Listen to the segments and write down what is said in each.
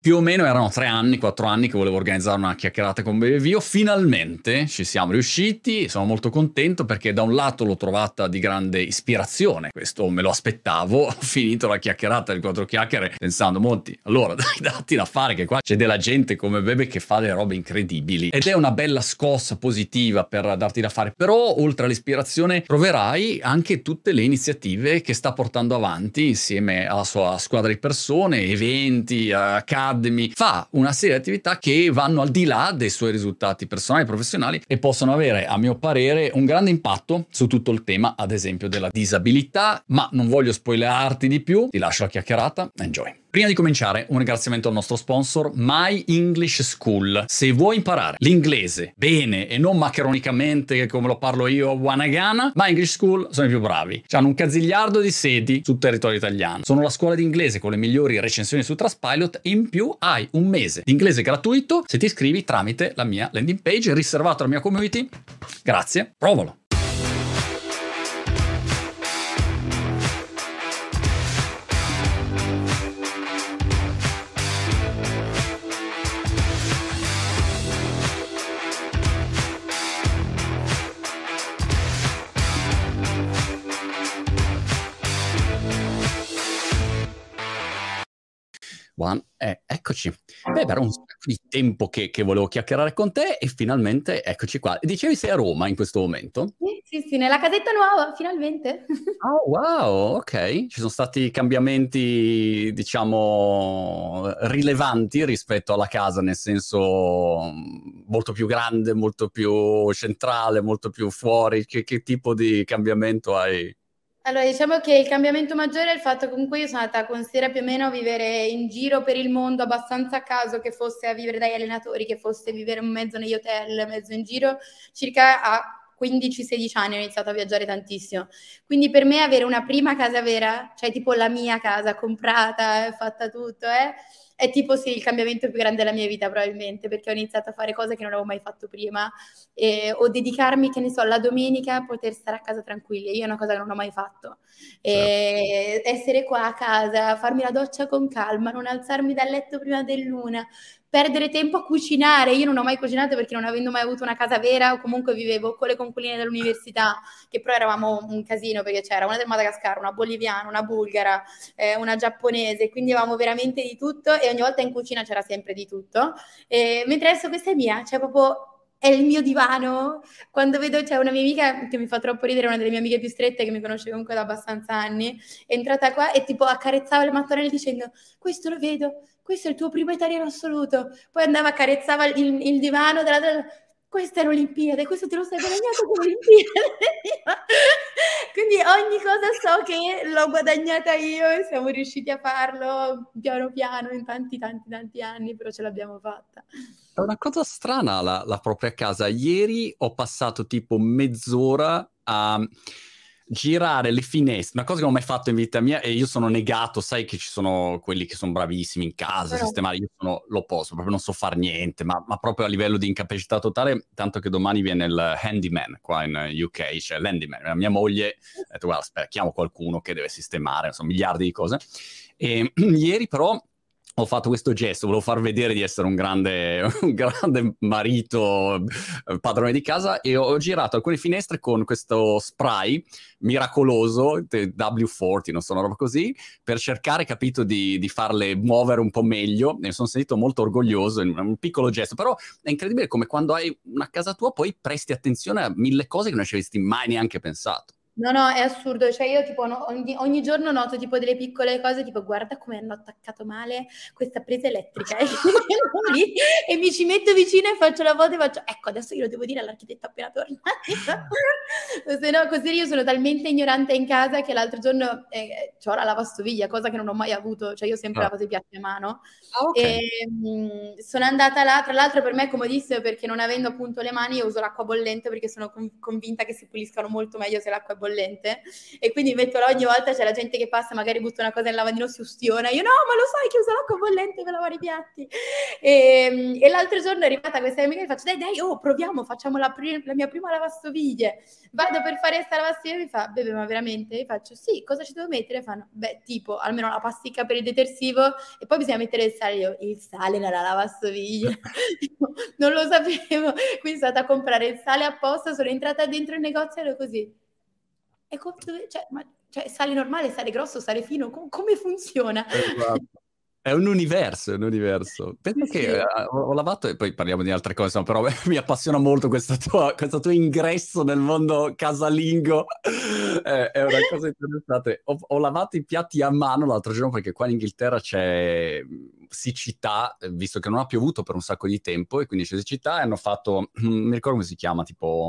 Più o meno erano 3 anni, 4 anni che volevo organizzare una chiacchierata con Bevevio. Finalmente ci siamo riusciti, sono molto contento perché da un lato l'ho trovata di grande ispirazione, questo me lo aspettavo, ho finito la chiacchierata di 4 chiacchiere pensando, Monti, allora datti da fare che qua c'è della gente come Bebe che fa delle robe incredibili ed è una bella scossa positiva per darti da fare, però oltre all'ispirazione troverai anche tutte le iniziative che sta portando avanti insieme alla sua squadra di persone, eventi, academy, fa una serie di attività che vanno al di là dei suoi risultati personali e professionali e possono avere, a mio parere, un grande impatto su tutto il tema, ad esempio, della disabilità, ma non voglio spoilerarti di più, ti lascio la chiacchierata, enjoy. Prima di cominciare, un ringraziamento al nostro sponsor My English School. Se vuoi imparare l'inglese bene e non maccheronicamente come lo parlo io a Wanagana, My English School sono i più bravi. Hanno un cazzigliardo di sedi sul territorio italiano. Sono la scuola di inglese con le migliori recensioni su Trustpilot e in più hai un mese di inglese gratuito se ti iscrivi tramite la mia landing page riservata alla mia community. Grazie, provalo. Eccoci. Beh, era un sacco di tempo che volevo chiacchierare con te e finalmente eccoci qua. Dicevi sei a Roma in questo momento? Sì, nella casetta nuova, finalmente. Oh, wow, ok. Ci sono stati cambiamenti, diciamo, rilevanti rispetto alla casa, nel senso molto più grande, molto più centrale, molto più fuori. Che tipo di cambiamento hai? Allora, diciamo che il cambiamento maggiore è il fatto che comunque io sono andata con Sera più o meno a vivere in giro per il mondo abbastanza a caso, che fosse a vivere dagli allenatori, che fosse vivere mezzo negli hotel, mezzo in giro, circa a 15-16 anni ho iniziato a viaggiare tantissimo. Quindi per me avere una prima casa vera, cioè tipo la mia casa comprata, fatta tutto, è tipo sì il cambiamento più grande della mia vita probabilmente, perché ho iniziato a fare cose che non avevo mai fatto prima o dedicarmi, che ne so, la domenica a poter stare a casa tranquilli. Io è una cosa che non ho mai fatto. Essere qua a casa, farmi la doccia con calma, non alzarmi dal letto prima dell'una, perdere tempo a cucinare. Io non ho mai cucinato perché non avendo mai avuto una casa vera o comunque vivevo con le conquiline dell'università, che però eravamo un casino perché c'era una del Madagascar, una boliviana, una bulgara, una giapponese, quindi avevamo veramente di tutto e ogni volta in cucina c'era sempre di tutto. Mentre adesso questa è mia, cioè proprio è il mio divano. Quando vedo c'è una mia amica che mi fa troppo ridere, una delle mie amiche più strette che mi conosce comunque da abbastanza anni, è entrata qua e tipo accarezzava le mattonelle dicendo questo lo vedo, questo è il tuo primo italiano assoluto, poi andava accarezzava il divano questa è l'Olimpiade, questo te lo sei guadagnato con l'Olimpiade. Quindi ogni cosa so che l'ho guadagnata io e siamo riusciti a farlo piano piano in tanti anni, però ce l'abbiamo fatta. È una cosa strana la propria casa. Ieri ho passato tipo mezz'ora a girare le finestre, una cosa che non ho mai fatto in vita mia e io sono negato, sai che ci sono quelli che sono bravissimi in casa, sistemare, io sono l'opposto, proprio non so fare niente, ma proprio a livello di incapacità totale, tanto che domani viene il handyman qua in UK, cioè l'handyman, la mia moglie ha detto guarda, aspetta, chiamo qualcuno che deve sistemare, insomma, miliardi di cose. E ieri però ho fatto questo gesto, volevo far vedere di essere un grande marito, padrone di casa, e ho girato alcune finestre con questo spray miracoloso, W40, non so, una roba così, per cercare, capito, di farle muovere un po' meglio. Ne sono sentito molto orgoglioso, un piccolo gesto, però è incredibile come quando hai una casa tua poi presti attenzione a 1000 cose che non ci avresti mai neanche pensato. No, è assurdo, cioè io tipo ogni giorno noto tipo delle piccole cose, tipo guarda come hanno attaccato male questa presa elettrica e mi ci metto vicino e faccio la foto e faccio, ecco adesso glielo devo dire all'architetto appena tornato. Se no così io sono talmente ignorante in casa che l'altro giorno ho la lavastoviglie, cosa che non ho mai avuto, cioè io ho sempre lavato i piatti a mano. Okay. E sono andata là, tra l'altro per me è comodissimo perché non avendo appunto le mani io uso l'acqua bollente perché sono convinta che si puliscano molto meglio se l'acqua è bollente bollente, e quindi metto là, ogni volta c'è la gente che passa, magari butta una cosa nel lavandino, si ustiona, io no, ma lo sai che usa l'acqua bollente per lavare i piatti? E l'altro giorno è arrivata questa amica e faccio, dai, oh, proviamo, facciamo la mia prima lavastoviglie. Vado per fare questa lavastoviglie e mi fa, bebe, ma veramente? Io faccio, sì, cosa ci devo mettere? Fanno, beh, tipo, almeno la pasticca per il detersivo, e poi bisogna mettere il sale. Io, il sale nella lavastoviglie? Non lo sapevo, quindi sono stata a comprare il sale apposta, sono entrata dentro il negozio e ero così. E cioè, sale normale, sale grosso, sale fino, come funziona? Esatto. È un universo, è un universo. Penso Sì, che sì. ho lavato, e poi parliamo di altre cose, però mi appassiona molto questo tuo ingresso nel mondo casalingo. È una cosa interessante. Ho lavato i piatti a mano l'altro giorno perché qua in Inghilterra c'è siccità, visto che non ha piovuto per un sacco di tempo, e quindi c'è siccità, e hanno fatto, non mi ricordo come si chiama, tipo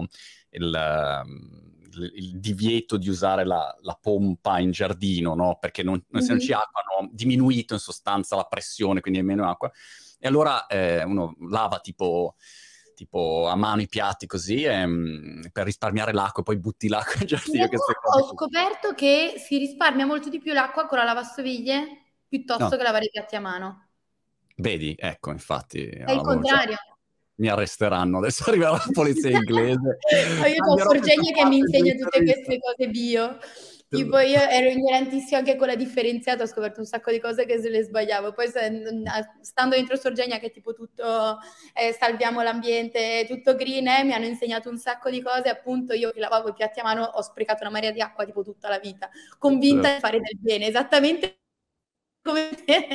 il divieto di usare la pompa in giardino, no? Perché se non c'è acqua hanno diminuito in sostanza la pressione, quindi è meno acqua. E allora uno lava tipo a mano i piatti così, per risparmiare l'acqua, e poi butti l'acqua in giardino. In realtà ho scoperto che si risparmia molto di più l'acqua con la lavastoviglie piuttosto che lavare i piatti a mano. Vedi, ecco, infatti. È il contrario. Mi arresteranno, adesso arriverà la polizia inglese. Io ho Sorgenia che mi insegna tutte queste cose bio. Tipo, io ero ignorantissima anche con la differenziata, ho scoperto un sacco di cose che se le sbagliavo. Poi stando dentro Sorgenia, che tipo tutto salviamo l'ambiente, tutto green, mi hanno insegnato un sacco di cose. Appunto, io che lavavo i piatti a mano ho sprecato una marea di acqua tipo tutta la vita, convinta di fare del bene, esattamente come te.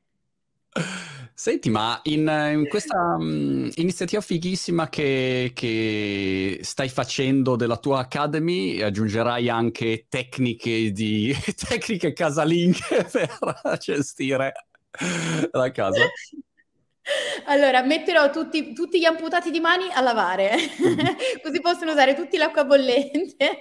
Senti, ma in questa iniziativa fighissima che stai facendo della tua Academy, aggiungerai anche tecniche casalinghe per gestire la casa? Allora, metterò tutti gli amputati di mani a lavare, così possono usare tutti l'acqua bollente.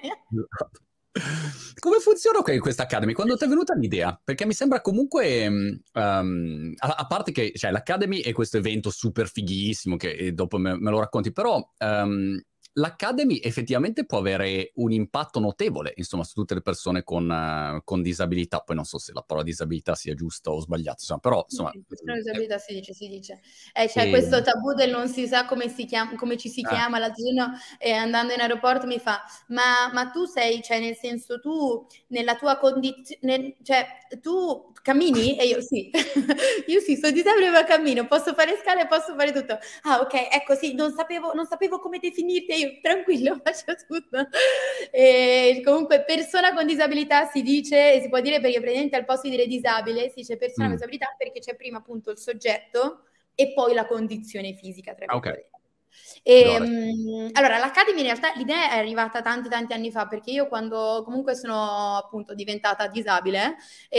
Come funziona questa Academy? Quando ti è venuta l'idea? Perché mi sembra comunque, a parte che cioè, l'Academy è questo evento super fighissimo, che dopo me lo racconti, però l'Academy effettivamente può avere un impatto notevole, insomma, su tutte le persone con disabilità. Poi non so se la parola disabilità sia giusta o sbagliata, insomma, però insomma... Persone con disabilità si dice. C'è questo tabù del non si sa come ci si chiama. L'altro giorno andando in aeroporto mi fa, ma tu sei, cioè nel senso tu nella tua condizione, cioè tu cammini? E io sì, io sì, sono disabile ma cammino, posso fare scale, posso fare tutto. Ah ok, ecco sì, non sapevo come definirti, io tranquillo, faccio tutto. E comunque persona con disabilità si dice, e si può dire perché praticamente al posto di dire disabile si dice persona con disabilità, perché c'è prima appunto il soggetto e poi la condizione fisica, tra virgolette. Allora, l'Academy in realtà l'idea è arrivata tanti anni fa, perché io quando comunque sono appunto diventata disabile,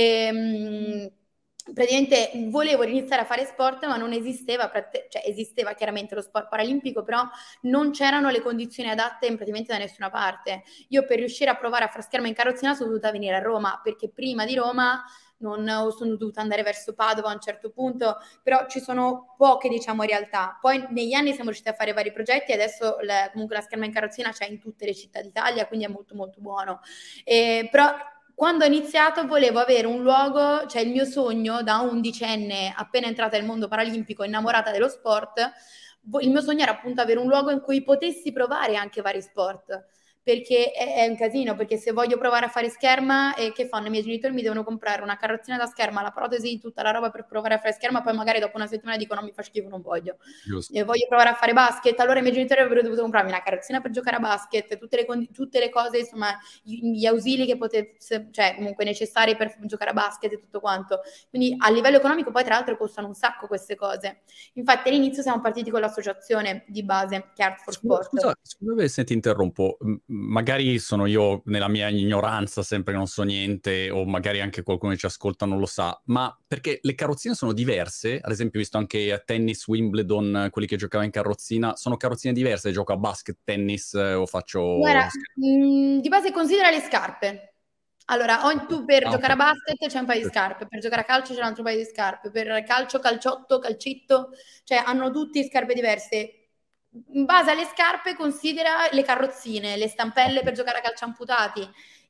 praticamente volevo iniziare a fare sport, ma non esisteva, cioè esisteva chiaramente lo sport paralimpico, però non c'erano le condizioni adatte praticamente da nessuna parte. Io per riuscire a provare a fare scherma in carrozzina sono dovuta venire a Roma, perché prima di Roma non sono dovuta andare verso Padova a un certo punto, però ci sono poche, diciamo, realtà. Poi negli anni siamo riusciti a fare vari progetti e adesso comunque la scherma in carrozzina c'è in tutte le città d'Italia, quindi è molto molto buono. Però quando ho iniziato volevo avere un luogo, cioè il mio sogno da 11enne appena entrata nel mondo paralimpico, innamorata dello sport, il mio sogno era appunto avere un luogo in cui potessi provare anche vari sport, perché è un casino, perché se voglio provare a fare scherma, che fanno? I miei genitori mi devono comprare una carrozzina da scherma, la protesi, tutta la roba per provare a fare scherma, poi magari dopo una settimana dico no, mi fa schifo, non voglio. Voglio provare a fare basket, allora i miei genitori avrebbero dovuto comprarmi una carrozzina per giocare a basket, tutte le cose, insomma, gli ausili che cioè comunque necessari per giocare a basket e tutto quanto. Quindi a livello economico poi tra l'altro costano un sacco queste cose. Infatti all'inizio siamo partiti con l'associazione di base, che è Art for Sport. Scusa se ti interrompo, magari sono io nella mia ignoranza, sempre che non so niente, o magari anche qualcuno che ci ascolta non lo sa, ma perché le carrozzine sono diverse? Ad esempio, ho visto anche a tennis, Wimbledon, quelli che giocavano in carrozzina, sono carrozzine diverse? Gioco a basket, tennis o faccio... Guarda, di base considera le scarpe. Allora, tu per giocare a basket c'è un paio di scarpe, per giocare a calcio c'è un altro paio di scarpe, per calcio, calciotto, calcetto, cioè hanno tutti scarpe diverse. in base alle scarpe considera le carrozzine, le stampelle per giocare a calcio amputati,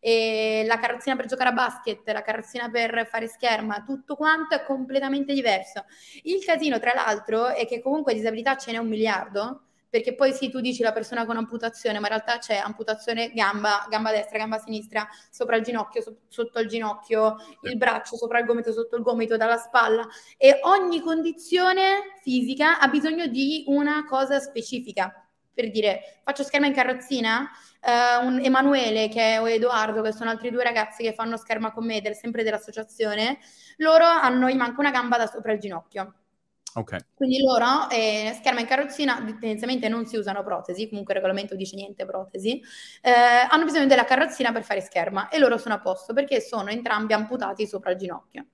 e la carrozzina per giocare a basket, la carrozzina per fare scherma, tutto quanto è completamente diverso. Il casino, tra l'altro, è che comunque disabilità ce n'è 1 miliardo, perché poi sì, tu dici la persona con amputazione, ma in realtà c'è amputazione gamba, gamba destra, gamba sinistra, sopra il ginocchio, sotto il ginocchio, il braccio, sopra il gomito, sotto il gomito, dalla spalla, e ogni condizione fisica ha bisogno di una cosa specifica. Per dire, faccio scherma in carrozzina, un Emanuele o Edoardo, che sono altri 2 ragazzi che fanno scherma con me, sempre dell'associazione, loro gli manca una gamba da sopra il ginocchio. Ok. Quindi loro, scherma in carrozzina, tendenzialmente non si usano protesi, comunque il regolamento dice niente protesi, hanno bisogno della carrozzina per fare scherma, e loro sono a posto perché sono entrambi amputati sopra il ginocchio.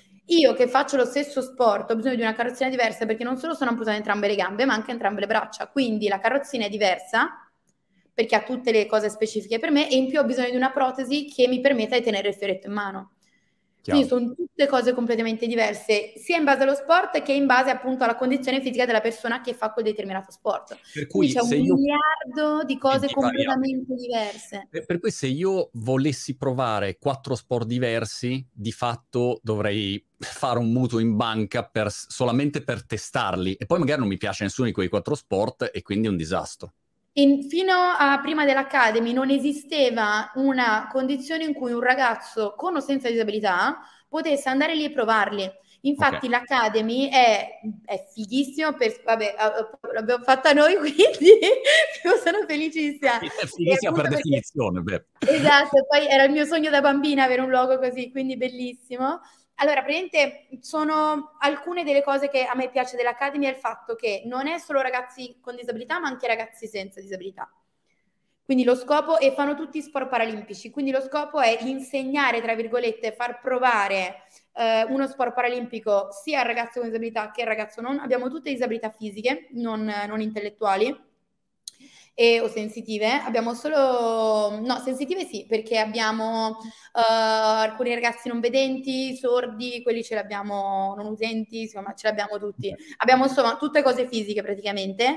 Io che faccio lo stesso sport ho bisogno di una carrozzina diversa, perché non solo sono amputate entrambe le gambe, ma anche entrambe le braccia, quindi la carrozzina è diversa perché ha tutte le cose specifiche per me, e in più ho bisogno di una protesi che mi permetta di tenere il fioretto in mano. Chiaro. Quindi sono tutte cose completamente diverse, sia in base allo sport che in base appunto alla condizione fisica della persona che fa quel determinato sport. Per Quindi cui c'è un se io miliardo di cose di variabili. completamente diverse. Per cui se io volessi provare 4 sport diversi, di fatto dovrei fare un mutuo in banca solamente per testarli, e poi magari non mi piace nessuno di quei 4 sport e quindi è un disastro. Fino a prima dell'Academy non esisteva una condizione in cui un ragazzo con o senza disabilità potesse andare lì e provarli. Infatti l'Academy è fighissimo, vabbè, l'abbiamo fatta noi, quindi io sono felicissima. È fighissima per definizione. Esatto, poi era il mio sogno da bambina avere un logo così, quindi bellissimo. Allora, praticamente sono alcune delle cose che a me piace dell'Academy, è il fatto che non è solo ragazzi con disabilità, ma anche ragazzi senza disabilità. Quindi lo scopo, e fanno tutti sport paralimpici, quindi lo scopo è insegnare, tra virgolette, far provare uno sport paralimpico sia al ragazzo con disabilità che al ragazzo non. Abbiamo tutte disabilità fisiche, non intellettuali o sensitive. Abbiamo solo, no, sensitive sì, perché abbiamo alcuni ragazzi non vedenti, sordi, quelli ce l'abbiamo, non udenti, insomma ce l'abbiamo tutti. Abbiamo insomma tutte cose fisiche praticamente.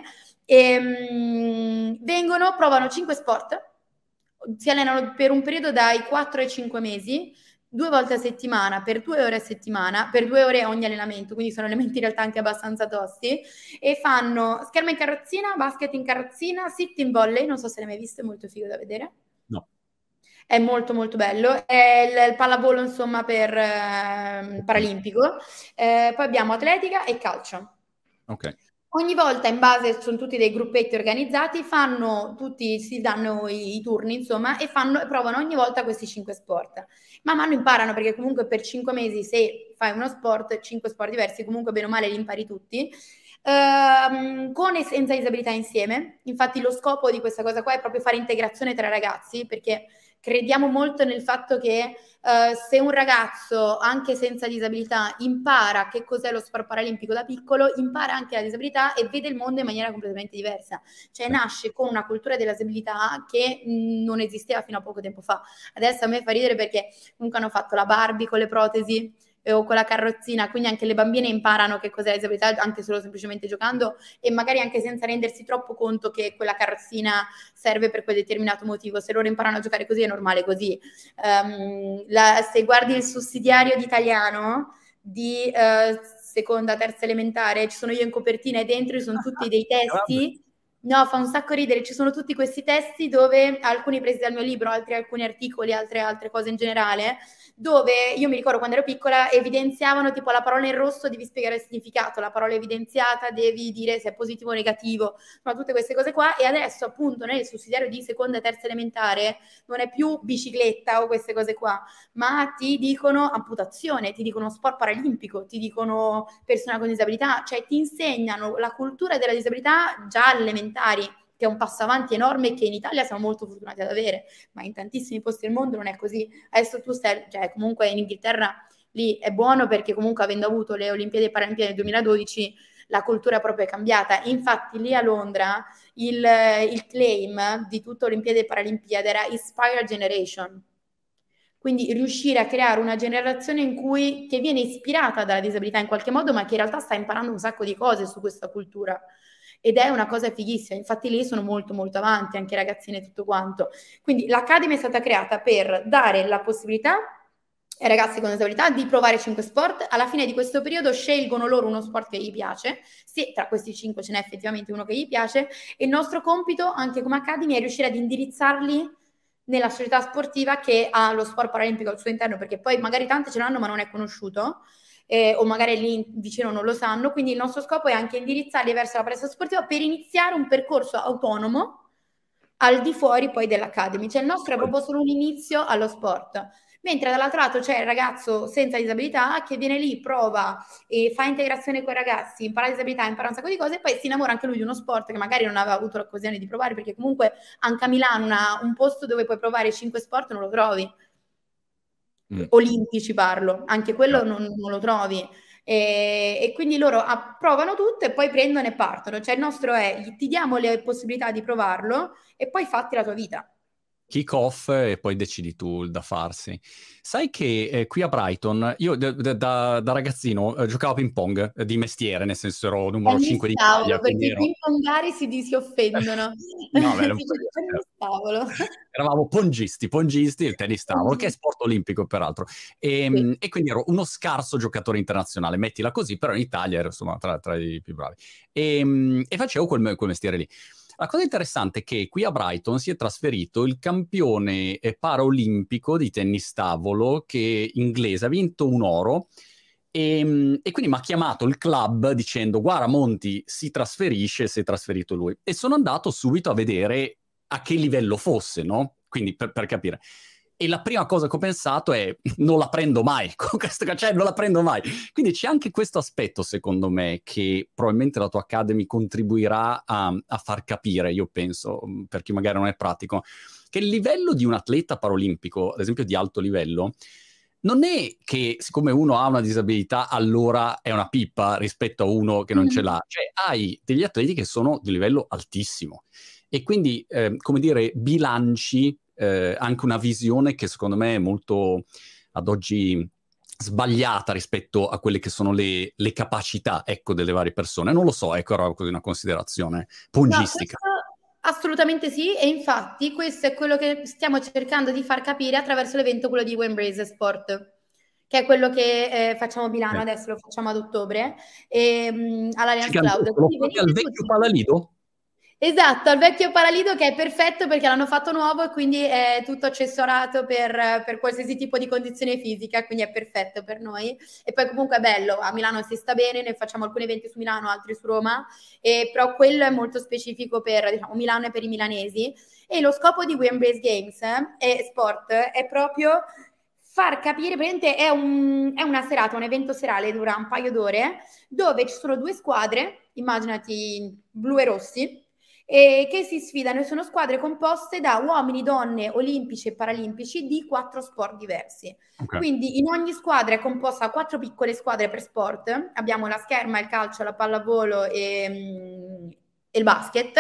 E provano 5 sport, si allenano per un periodo dai 4 ai 5 mesi, 2 volte a settimana, per 2 ore a settimana, per 2 ore ogni allenamento, quindi sono elementi in realtà anche abbastanza tosti, e fanno scherma in carrozzina, basket in carrozzina, sit in volley, non so se l'hai mai visto, è molto figo da vedere. No. È molto molto bello, è il pallavolo insomma per paralimpico, poi abbiamo atletica e calcio. Ok. Ogni volta, in base, sono tutti dei gruppetti organizzati, si danno i turni, insomma, e provano ogni volta questi 5 sport. Man mano imparano, perché comunque per 5 mesi, se fai uno sport, 5 sport diversi, comunque bene o male li impari tutti, con e senza disabilità insieme. Infatti lo scopo di questa cosa qua è proprio fare integrazione tra ragazzi, perché crediamo molto nel fatto che se un ragazzo, anche senza disabilità, impara che cos'è lo sport paralimpico da piccolo, impara anche la disabilità e vede il mondo in maniera completamente diversa. Cioè nasce con una cultura della disabilità che non esisteva fino a poco tempo fa. Adesso a me fa ridere perché comunque hanno fatto la Barbie con le protesi o con la carrozzina, quindi anche le bambine imparano che cos'è la disabilità anche solo semplicemente giocando, e magari anche senza rendersi troppo conto che quella carrozzina serve per quel determinato motivo. Se loro imparano a giocare così è normale così. Se guardi il sussidiario di italiano di seconda, terza elementare, ci sono io in copertina e dentro ci sono tutti dei testi. No, fa un sacco ridere, ci sono tutti questi testi dove alcuni presi dal mio libro, altri alcuni articoli, altre cose in generale, dove io mi ricordo quando ero piccola evidenziavano tipo la parola in rosso devi spiegare il significato, la parola evidenziata devi dire se è positivo o negativo, ma tutte queste cose qua. E adesso appunto nel sussidiario di seconda e terza elementare non è più bicicletta o queste cose qua, ma ti dicono amputazione, ti dicono sport paralimpico, ti dicono persona con disabilità, cioè ti insegnano la cultura della disabilità già elementare, che è un passo avanti enorme che in Italia siamo molto fortunati ad avere, ma in tantissimi posti del mondo non è così. Adesso tu stai, cioè comunque in Inghilterra lì è buono perché comunque avendo avuto le Olimpiadi e Paralimpiadi nel 2012 la cultura proprio è cambiata. Infatti lì a Londra il claim di tutte Olimpiadi e Paralimpiadi era Inspire Generation. Quindi riuscire a creare una generazione che viene ispirata dalla disabilità in qualche modo, ma che in realtà sta imparando un sacco di cose su questa cultura. Ed è una cosa fighissima, infatti lì sono molto molto avanti, anche i ragazzini e tutto quanto. Quindi l'Academy è stata creata per dare la possibilità ai ragazzi con disabilità di provare 5 sport. Alla fine di questo periodo scelgono loro uno sport che gli piace, se tra questi 5 ce n'è effettivamente uno che gli piace, e il nostro compito anche come Academy è riuscire ad indirizzarli nella società sportiva che ha lo sport paralimpico al suo interno, perché poi magari tante ce l'hanno ma non è conosciuto, o magari lì vicino non lo sanno, quindi il nostro scopo è anche indirizzarli verso la palestra sportiva per iniziare un percorso autonomo al di fuori poi dell'Academy. Cioè il nostro è proprio solo un inizio allo sport. Mentre dall'altro lato c'è il ragazzo senza disabilità che viene lì, prova e fa integrazione con i ragazzi, impara disabilità, impara un sacco di cose e poi si innamora anche lui di uno sport che magari non aveva avuto l'occasione di provare, perché comunque anche a Milano un posto dove puoi provare 5 sport non lo trovi. Olimpici parlo, anche quello non lo trovi. E quindi loro provano tutto e poi prendono e partono. Cioè il nostro è, ti diamo le possibilità di provarlo e poi fatti la tua vita. Kick off e poi decidi tu da farsi. Sai che qui a Brighton, io da ragazzino giocavo a ping pong di mestiere, nel senso ero numero 5 di Italia. Perché i ping pongari si offendono. No, si dice tennis tavolo. Eravamo pongisti, il tennis tavolo, che è sport olimpico peraltro. E quindi ero uno scarso giocatore internazionale, mettila così, però in Italia ero insomma tra i più bravi. E facevo quel mestiere lì. La cosa interessante è che qui a Brighton si è trasferito il campione paraolimpico di tennis tavolo che inglese, ha vinto un oro e quindi mi ha chiamato il club dicendo guarda Monti si è trasferito lui, e sono andato subito a vedere a che livello fosse, no? Quindi per capire. E la prima cosa che ho pensato è non la prendo mai, cioè non la prendo mai. Quindi c'è anche questo aspetto, secondo me, che probabilmente la tua Academy contribuirà a far capire, io penso, per chi magari non è pratico, che il livello di un atleta paraolimpico, ad esempio di alto livello, non è che siccome uno ha una disabilità allora è una pippa rispetto a uno che non ce l'ha. Cioè hai degli atleti che sono di livello altissimo e quindi, come dire, bilanci anche una visione che secondo me è molto ad oggi sbagliata rispetto a quelle che sono le capacità, ecco, delle varie persone. Non lo so, ecco, era così una considerazione pongistica. No, assolutamente sì, e infatti questo è quello che stiamo cercando di far capire attraverso l'evento, quello di Wembrace Sport, che è quello che facciamo a Milano, adesso lo facciamo ad ottobre, all'Allianz Cloud. Al vecchio Palalido? Esatto, al vecchio Paralido, che è perfetto perché l'hanno fatto nuovo e quindi è tutto accessorato per qualsiasi tipo di condizione fisica, quindi è perfetto per noi. E poi comunque è bello, a Milano si sta bene, noi facciamo alcuni eventi su Milano, altri su Roma, però quello è molto specifico per, diciamo, Milano e per i milanesi. E lo scopo di We Embrace Games e Sport è proprio far capire, praticamente è una serata, un evento serale, dura un paio d'ore, dove ci sono 2 squadre, immaginati blu e rossi, che si sfidano, e sono squadre composte da uomini, donne, olimpici e paralimpici di 4 sport diversi. Okay. Quindi in ogni squadra è composta da 4 piccole squadre per sport. Abbiamo la scherma, il calcio, la pallavolo e il basket.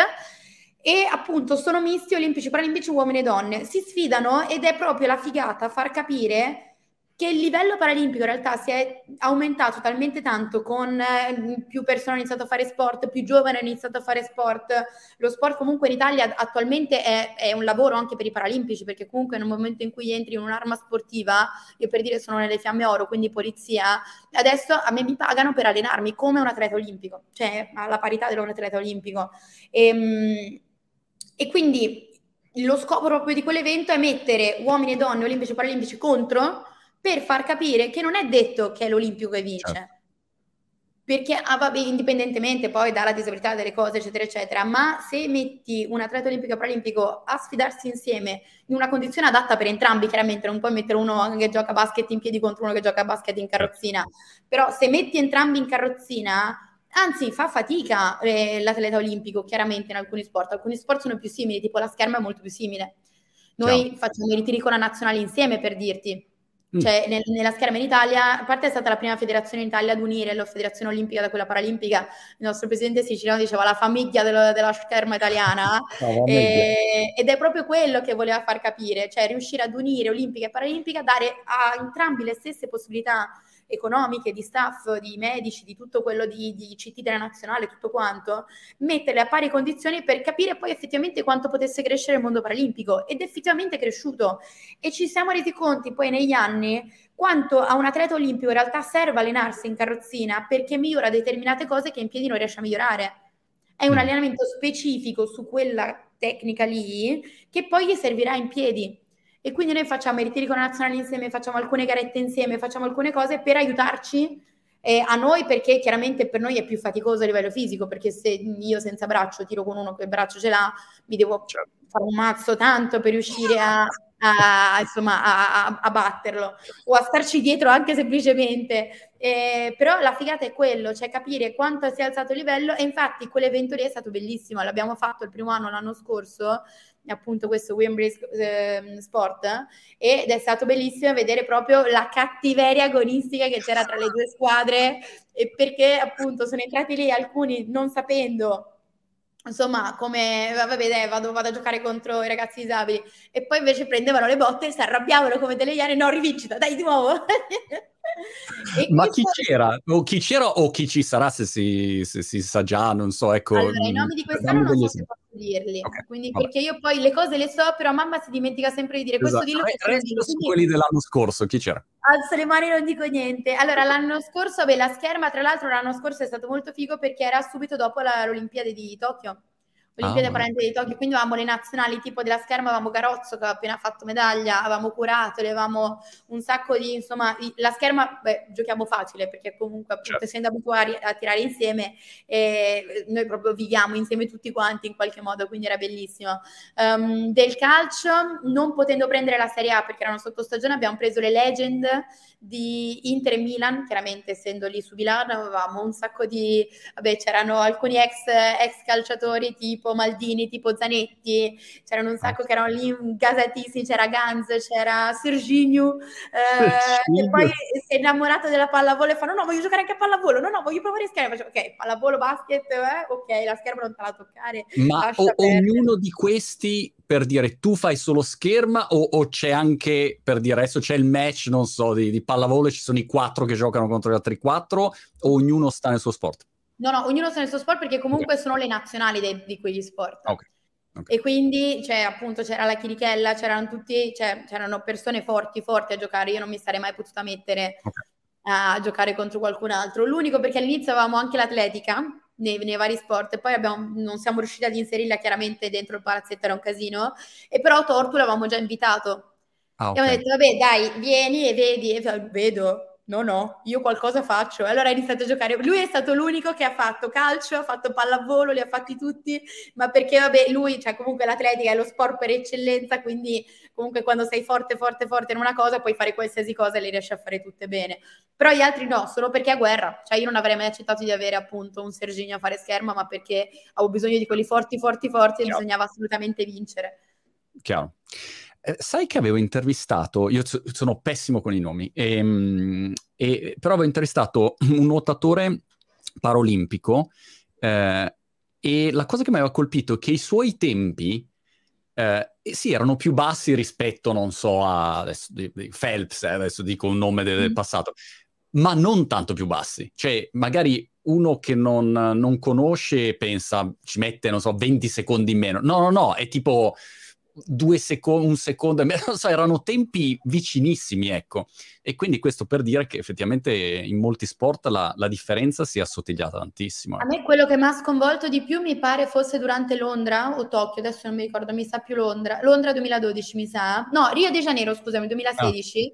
E appunto sono misti olimpici, paralimpici, uomini e donne. Si sfidano ed è proprio la figata far capire che il livello paralimpico in realtà si è aumentato talmente tanto con più persone hanno iniziato a fare sport, più giovani hanno iniziato a fare sport. Lo sport comunque in Italia attualmente è un lavoro anche per i paralimpici, perché comunque nel momento in cui entri in un'arma sportiva, io per dire sono nelle Fiamme Oro, quindi polizia, adesso a me mi pagano per allenarmi come un atleta olimpico, cioè alla parità di un atleta olimpico. E quindi lo scopo proprio di quell'evento è mettere uomini e donne, olimpici e paralimpici contro, per far capire che non è detto che è l'olimpico che vince. Certo. Perché vabbè, indipendentemente poi dalla disabilità delle cose, eccetera, eccetera, ma se metti un atleta olimpico e paralimpico a sfidarsi insieme in una condizione adatta per entrambi, chiaramente non puoi mettere uno che gioca a basket in piedi contro uno che gioca a basket in carrozzina, però se metti entrambi in carrozzina, anzi fa fatica l'atleta olimpico, chiaramente in alcuni sport sono più simili, tipo la scherma è molto più simile. Noi facciamo i ritiri con la nazionale insieme, per dirti. Cioè, nella scherma in Italia, a parte è stata la prima federazione in Italia ad unire la federazione olimpica da quella paralimpica, il nostro presidente siciliano diceva la famiglia della scherma italiana, ed è proprio quello che voleva far capire, cioè riuscire ad unire olimpica e paralimpica, dare a entrambi le stesse possibilità economiche, di staff, di medici, di tutto quello di CT della nazionale, tutto quanto, metterle a pari condizioni per capire poi effettivamente quanto potesse crescere il mondo paralimpico, ed effettivamente è cresciuto, e ci siamo resi conti poi negli anni quanto a un atleta olimpico in realtà serve allenarsi in carrozzina perché migliora determinate cose che in piedi non riesce a migliorare. È un allenamento specifico su quella tecnica lì che poi gli servirà in piedi. E quindi noi facciamo i ritiri con la nazionale insieme, facciamo alcune garette insieme, facciamo alcune cose per aiutarci a noi, perché chiaramente per noi è più faticoso a livello fisico, perché se io senza braccio tiro con uno che il braccio ce l'ha, mi devo fare un mazzo tanto per riuscire a batterlo o a starci dietro anche semplicemente, però la figata è quello, cioè capire quanto si è alzato il livello. E infatti quell'evento lì è stato bellissimo, l'abbiamo fatto il primo anno l'anno scorso, appunto questo Wembley Sport, ed è stato bellissimo vedere proprio la cattiveria agonistica che c'era tra le due squadre, e perché appunto sono entrati lì alcuni non sapendo insomma come vabbè vado a giocare contro i ragazzi disabili, e poi invece prendevano le botte e si arrabbiavano come delle iene, no, rivincita, dai di nuovo. Ma chi c'era? O chi ci sarà, se si sa già, non so, ecco. Allora, i nomi di quest'anno non so se posso dirli, quindi perché io poi le cose le so, però mamma si dimentica sempre di dire questo, dillo, Resta su quelli dell'anno scorso, chi c'era? Alzo le mani, non dico niente. Allora, l'anno scorso, la scherma, tra l'altro l'anno scorso è stato molto figo perché era subito dopo l'Olimpiade di Tokyo. Olimpiade Paralimpiche di Tokyo, quindi avevamo le nazionali tipo della scherma, avevamo Garozzo che aveva appena fatto medaglia, avevamo Curato, avevamo un sacco di, insomma, la scherma, giochiamo facile perché comunque appunto essendo abituati a tirare insieme, noi proprio viviamo insieme tutti quanti in qualche modo, quindi era bellissimo. Del calcio, non potendo prendere la Serie A perché erano sotto stagione, abbiamo preso le legend di Inter e Milan, chiaramente essendo lì su Milano avevamo un sacco di, c'erano alcuni ex calciatori tipo Maldini, tipo Zanetti, c'erano un sacco che erano lì gasatissimi, c'era Ganz, c'era Serginho, e poi si è innamorato della pallavolo e fa no, voglio giocare anche a pallavolo, no, voglio provare a scherma, faccio, ok, pallavolo, basket, ok, la scherma non te la toccare. Ma ognuno di questi, per dire, tu fai solo scherma o c'è anche, per dire, adesso c'è il match, non so, di pallavolo e ci sono i 4 che giocano contro gli altri 4, o ognuno sta nel suo sport? No, ognuno sta nel suo sport perché comunque sono le nazionali di quegli sport. Okay. E quindi, appunto, c'era la chirichella, c'erano tutti, c'erano persone forti a giocare. Io non mi sarei mai potuta mettere a giocare contro qualcun altro. L'unico, perché all'inizio avevamo anche l'atletica nei vari sport, e poi non siamo riusciti ad inserirla chiaramente dentro il palazzetto, era un casino, e però Tortu l'avevamo già invitato. E abbiamo detto, vabbè, dai, vieni e vedi, e vedo. No, io qualcosa faccio. Allora ha iniziato a giocare. Lui è stato l'unico che ha fatto calcio, ha fatto pallavolo, li ha fatti tutti, ma perché lui, comunque l'atletica è lo sport per eccellenza, quindi comunque quando sei forte in una cosa puoi fare qualsiasi cosa e le riesci a fare tutte bene. Però gli altri no, solo perché è guerra. Io non avrei mai accettato di avere appunto un Serginho a fare scherma, ma perché avevo bisogno di quelli forti e bisognava assolutamente vincere. Chiaro. Sai che avevo intervistato, io sono pessimo con i nomi, però avevo intervistato un nuotatore paraolimpico, e la cosa che mi aveva colpito è che i suoi tempi sì, erano più bassi rispetto, non so, a adesso, di Phelps, adesso dico un nome del passato, ma non tanto più bassi. Cioè, magari uno che non conosce pensa, ci mette, non so, 20 secondi in meno. No, è tipo 2 secondi, 1 secondo, non so, erano tempi vicinissimi, ecco. E quindi questo per dire che effettivamente in molti sport la differenza si è assottigliata tantissimo. A me quello che mi ha sconvolto di più mi pare fosse durante Londra o Tokyo, adesso non mi ricordo, mi sa più Londra 2012 mi sa, no, Rio de Janeiro, scusami, 2016,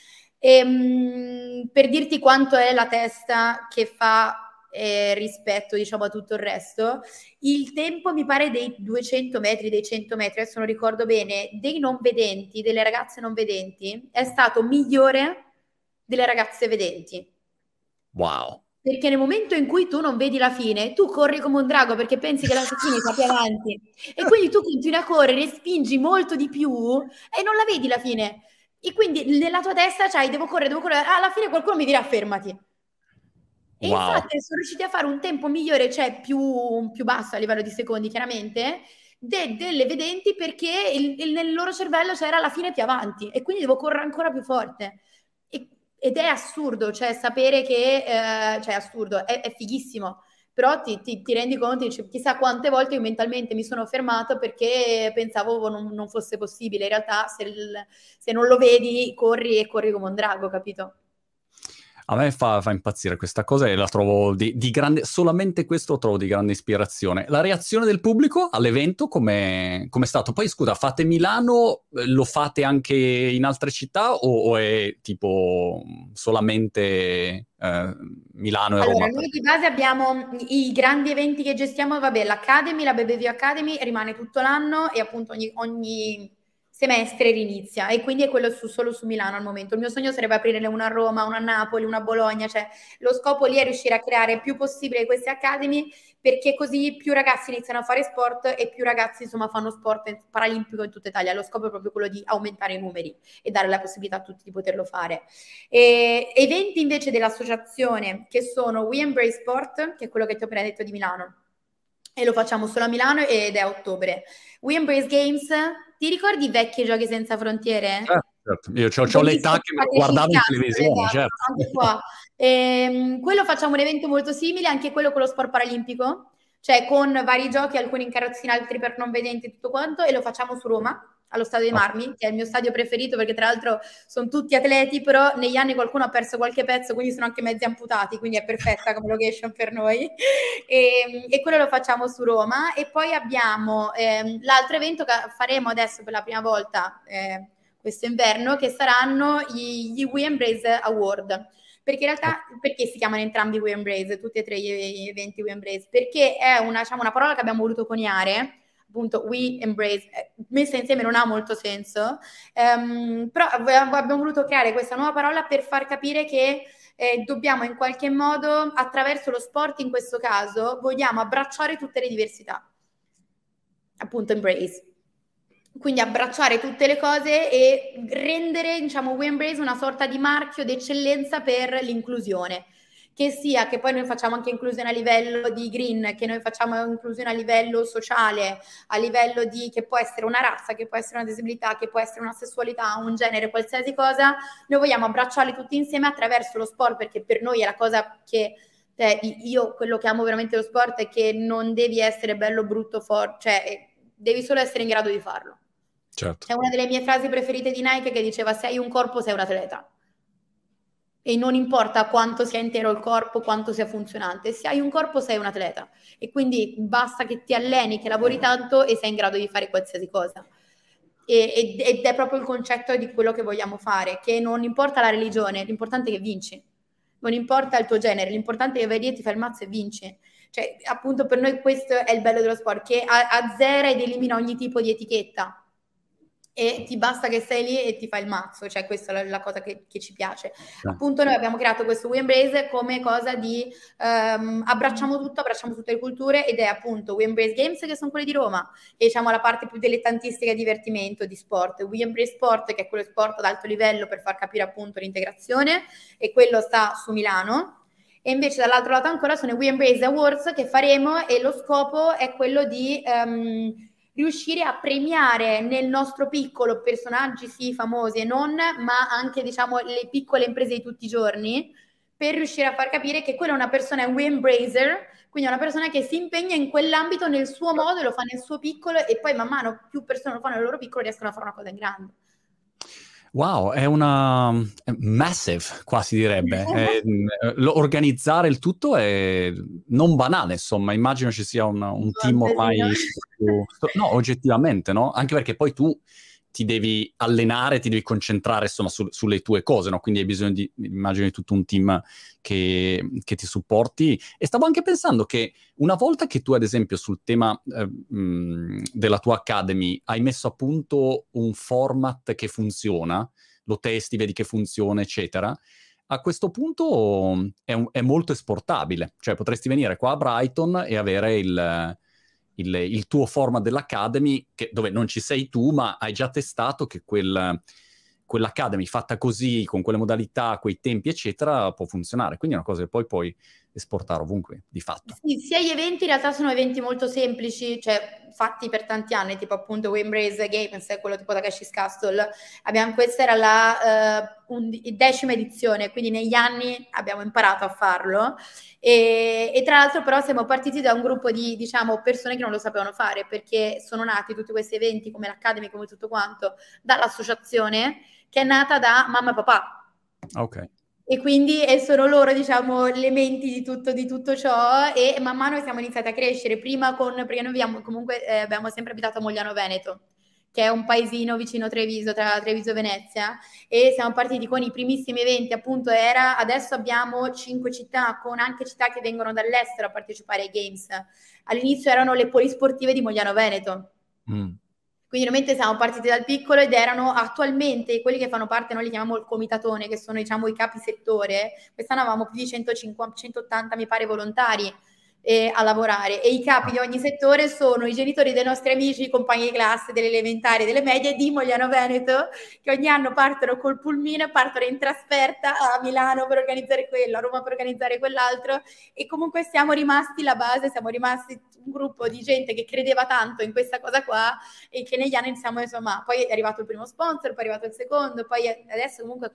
per dirti quanto è la testa che fa rispetto, diciamo, a tutto il resto. Il tempo mi pare dei 200 metri, dei 100 metri, adesso non ricordo bene, dei non vedenti, delle ragazze non vedenti, è stato migliore delle ragazze vedenti. Wow. Perché nel momento in cui tu non vedi la fine, tu corri come un drago perché pensi che la fine sia più avanti, e quindi tu continui a correre e spingi molto di più e non la vedi la fine. E quindi nella tua testa c'hai devo correre, alla fine qualcuno mi dirà fermati. E Wow. infatti sono riusciti a fare un tempo migliore, cioè più basso a livello di secondi chiaramente, delle vedenti, perché nel loro cervello c'era alla fine più avanti e quindi devo correre ancora più forte. Ed è assurdo, cioè sapere che, cioè assurdo, è fighissimo, però ti rendi conto, dici, chissà quante volte io mentalmente mi sono fermato perché pensavo non fosse possibile, in realtà se non lo vedi corri e corri come un drago, capito? A me fa impazzire questa cosa e la trovo di grande... Solamente questo lo trovo di grande ispirazione. La reazione del pubblico all'evento com'è stato? Poi scusa, fate Milano, lo fate anche in altre città o è tipo solamente Milano e Roma? Allora, noi di base abbiamo i grandi eventi che gestiamo, vabbè, l'Academy, la BBVA Academy rimane tutto l'anno e appunto ogni semestre rinizia e quindi è quello solo su Milano al momento. Il mio sogno sarebbe aprirne una a Roma, una a Napoli, una a Bologna, cioè lo scopo lì è riuscire a creare il più possibile queste Academy perché così più ragazzi iniziano a fare sport e più ragazzi insomma fanno sport paralimpico in tutta Italia. Lo scopo è proprio quello di aumentare i numeri e dare la possibilità a tutti di poterlo fare. Eventi invece dell'associazione che sono We Embrace Sport, che è quello che ti ho appena detto di Milano, e lo facciamo solo a Milano ed è a ottobre. We Embrace Games, ti ricordi Vecchi Giochi Senza Frontiere? Certo. Io ho l'età che me lo guardavo in televisione, esatto, certo. anche qua. Quello facciamo un evento molto simile, anche quello con lo sport paralimpico, cioè con vari giochi, alcuni in carrozzina, altri per non vedenti, tutto quanto, e lo facciamo su Roma, allo Stadio dei Marmi, che è il mio stadio preferito perché tra l'altro sono tutti atleti, però negli anni qualcuno ha perso qualche pezzo, quindi sono anche mezzi amputati, quindi è perfetta come location per noi. E quello lo facciamo su Roma. E poi abbiamo l'altro evento che faremo adesso per la prima volta questo inverno, che saranno gli We Embrace Award. Perché in realtà, perché si chiamano entrambi We Embrace, tutti e tre gli eventi We Embrace? Perché è una parola che abbiamo voluto coniare, appunto We Embrace, messa insieme non ha molto senso, però abbiamo voluto creare questa nuova parola per far capire che dobbiamo in qualche modo, attraverso lo sport in questo caso, vogliamo abbracciare tutte le diversità, appunto embrace. Quindi abbracciare tutte le cose e rendere, diciamo, We Embrace una sorta di marchio d'eccellenza per l'inclusione. Che sia che poi noi facciamo anche inclusione a livello di green, che noi facciamo inclusione a livello sociale, a livello di che può essere una razza, che può essere una disabilità, che può essere una sessualità, un genere, qualsiasi cosa, noi vogliamo abbracciarli tutti insieme attraverso lo sport, perché per noi è la cosa che io quello che amo veramente lo sport è che non devi essere bello, brutto, forte, cioè devi solo essere in grado di farlo. Certo. È una delle mie frasi preferite di Nike che diceva: se hai un corpo sei un atleta. E non importa quanto sia intero il corpo, quanto sia funzionante, se hai un corpo sei un atleta. E quindi basta che ti alleni, che lavori tanto e sei in grado di fare qualsiasi cosa. Ed è proprio il concetto di quello che vogliamo fare, che non importa la religione, l'importante è che vinci. Non importa il tuo genere, l'importante è che vai lì e ti fai il mazzo e vinci. Cioè, appunto, per noi questo è il bello dello sport, che azzera ed elimina ogni tipo di etichetta. E ti basta che sei lì e ti fai il mazzo, cioè questa è la cosa che ci piace. Appunto noi abbiamo creato questo We Embrace come cosa di abbracciamo tutte le culture, ed è appunto We Embrace Games, che sono quelli di Roma, e diciamo la parte più dilettantistica e divertimento di sport, We Embrace Sport, che è quello sport ad alto livello per far capire appunto l'integrazione, e quello sta su Milano. E invece dall'altro lato ancora sono i We Embrace Awards che faremo, e lo scopo è quello di riuscire a premiare nel nostro piccolo personaggi sì famosi e non, ma anche diciamo le piccole imprese di tutti i giorni, per riuscire a far capire che quella è una persona, è un We Embracer, quindi è una persona che si impegna in quell'ambito nel suo modo, lo fa nel suo piccolo, e poi man mano più persone lo fanno nel loro piccolo riescono a fare una cosa in grande. Wow, è una massive, qua si direbbe. Organizzare il tutto è non banale, insomma. Immagino ci sia un team ormai no, oggettivamente, no? Anche perché poi tu ti devi allenare, ti devi concentrare, insomma, sulle tue cose, no? Quindi hai bisogno immagino, di tutto un team che ti supporti. E stavo anche pensando che una volta che tu, ad esempio, sul tema della tua Academy hai messo a punto un format che funziona, lo testi, vedi che funziona, eccetera, a questo punto è molto esportabile. Cioè potresti venire qua a Brighton e avere il tuo format dell'Academy, dove non ci sei tu, ma hai già testato che quel quell'Academy fatta così, con quelle modalità, quei tempi, eccetera, può funzionare. Quindi è una cosa che poi puoi esportare ovunque, di fatto. Sì, sia gli eventi in realtà sono eventi molto semplici, cioè fatti per tanti anni, tipo appunto Wembrace Games, quello tipo Takeshi's Castle. Questa era la 10ª edizione, quindi negli anni abbiamo imparato a farlo. E tra l'altro però siamo partiti da un gruppo di, diciamo, persone che non lo sapevano fare, perché sono nati tutti questi eventi come l'Academy, come tutto quanto, dall'associazione che è nata da mamma e papà. Ok. E quindi sono loro, diciamo, le menti di tutto ciò, e man mano siamo iniziati a crescere, prima perché noi abbiamo sempre abitato a Mogliano Veneto, che è un paesino vicino Treviso, tra Treviso e Venezia, e siamo partiti con i primissimi eventi, appunto adesso abbiamo 5 città, con anche città che vengono dall'estero a partecipare ai Games. All'inizio erano le polisportive di Mogliano Veneto. Quindi normalmente siamo partiti dal piccolo ed erano attualmente quelli che fanno parte, noi li chiamiamo il comitatone, che sono, diciamo, i capi settore. Quest'anno avevamo più di 150, 180 mi pare volontari a lavorare, e i capi di ogni settore sono i genitori dei nostri amici, i compagni di classe delle elementari e delle medie di Mogliano Veneto, che ogni anno partono col pulmino, partono in trasferta a Milano per organizzare quello, a Roma per organizzare quell'altro, e comunque siamo rimasti la base, siamo rimasti un gruppo di gente che credeva tanto in questa cosa qua, e che negli anni siamo, insomma, poi è arrivato il primo sponsor, poi è arrivato il secondo, poi adesso comunque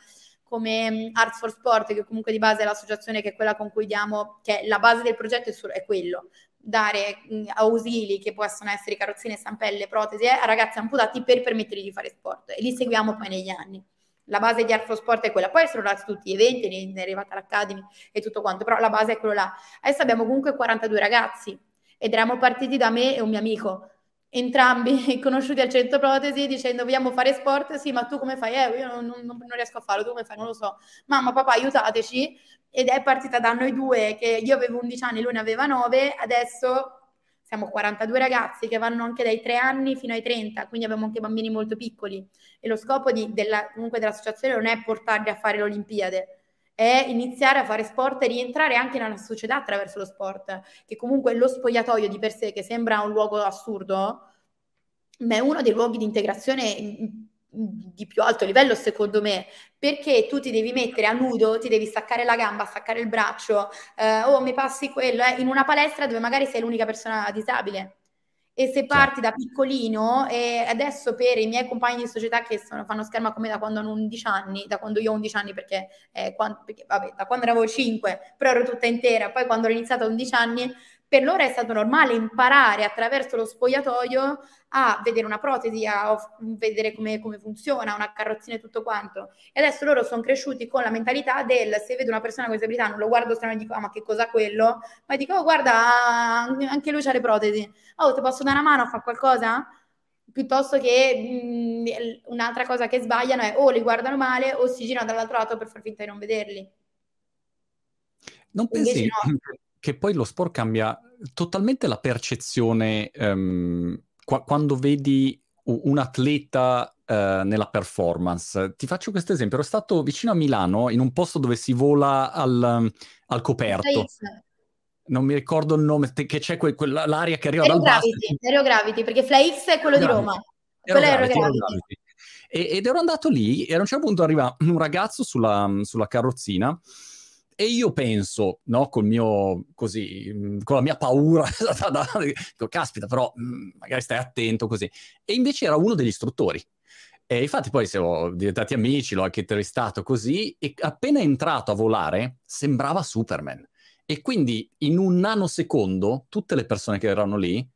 come Arts for Sport, che comunque di base è l'associazione che è quella con cui diamo, che la base del progetto è quello, dare ausili, che possono essere carrozzine, stampelle, protesi, a ragazzi amputati per permettergli di fare sport, e li seguiamo poi negli anni. La base di Art for Sport è quella, poi sono nati tutti gli eventi, è arrivata l'Academy e tutto quanto, però la base è quello là. Adesso abbiamo comunque 42 ragazzi, ed eravamo partiti da me e un mio amico, entrambi conosciuti al centro protesi, dicendo vogliamo fare sport. Sì, ma tu come fai? Io non riesco a farlo, tu come fai? Non lo so. Mamma, papà, aiutateci. Ed è partita da noi due, che io avevo 11 anni, lui ne aveva 9, adesso siamo 42 ragazzi che vanno anche dai 3 anni fino ai 30, quindi abbiamo anche bambini molto piccoli, e lo scopo comunque dell'associazione non è portarli a fare le Olimpiadi, è iniziare a fare sport e rientrare anche nella società attraverso lo sport, che comunque lo spogliatoio di per sé, che sembra un luogo assurdo, ma è uno dei luoghi di integrazione di più alto livello, secondo me, perché tu ti devi mettere a nudo, ti devi staccare la gamba, staccare il braccio, mi passi quello, in una palestra dove magari sei l'unica persona disabile. E se parti da piccolino, e adesso per i miei compagni di società che fanno scherma con me da quando hanno 11 anni, da quando io ho 11 anni, perché vabbè, da quando avevo 5, però ero tutta intera, poi quando ho iniziato a 11 anni, per loro è stato normale imparare attraverso lo spogliatoio a vedere una protesi, a vedere come funziona una carrozzina e tutto quanto. E adesso loro sono cresciuti con la mentalità del, se vedo una persona con disabilità non lo guardo strano e dico ma che cosa quello, ma dico guarda, anche lui ha le protesi, ti posso dare una mano a fare qualcosa? Piuttosto che un'altra cosa che sbagliano è o li guardano male o si girano dall'altro lato per far finta di non vederli. Non pensi no, che poi lo sport cambia totalmente la percezione quando vedi un atleta nella performance? Ti faccio questo esempio. Ero stato vicino a Milano, in un posto dove si vola al coperto. Non mi ricordo il nome, che c'è quell'aria che arriva dal basso. Aerogravity, perché FlyX è quello di Roma. Quello è Aerogravity. Ed ero andato lì, e a un certo punto arriva un ragazzo sulla carrozzina, e io penso, no, con la mia paura, dico, caspita, però magari stai attento così. E invece era uno degli istruttori. E infatti poi siamo diventati amici, l'ho anche intervistato così, e appena è entrato a volare sembrava Superman. E quindi in un nanosecondo tutte le persone che erano lì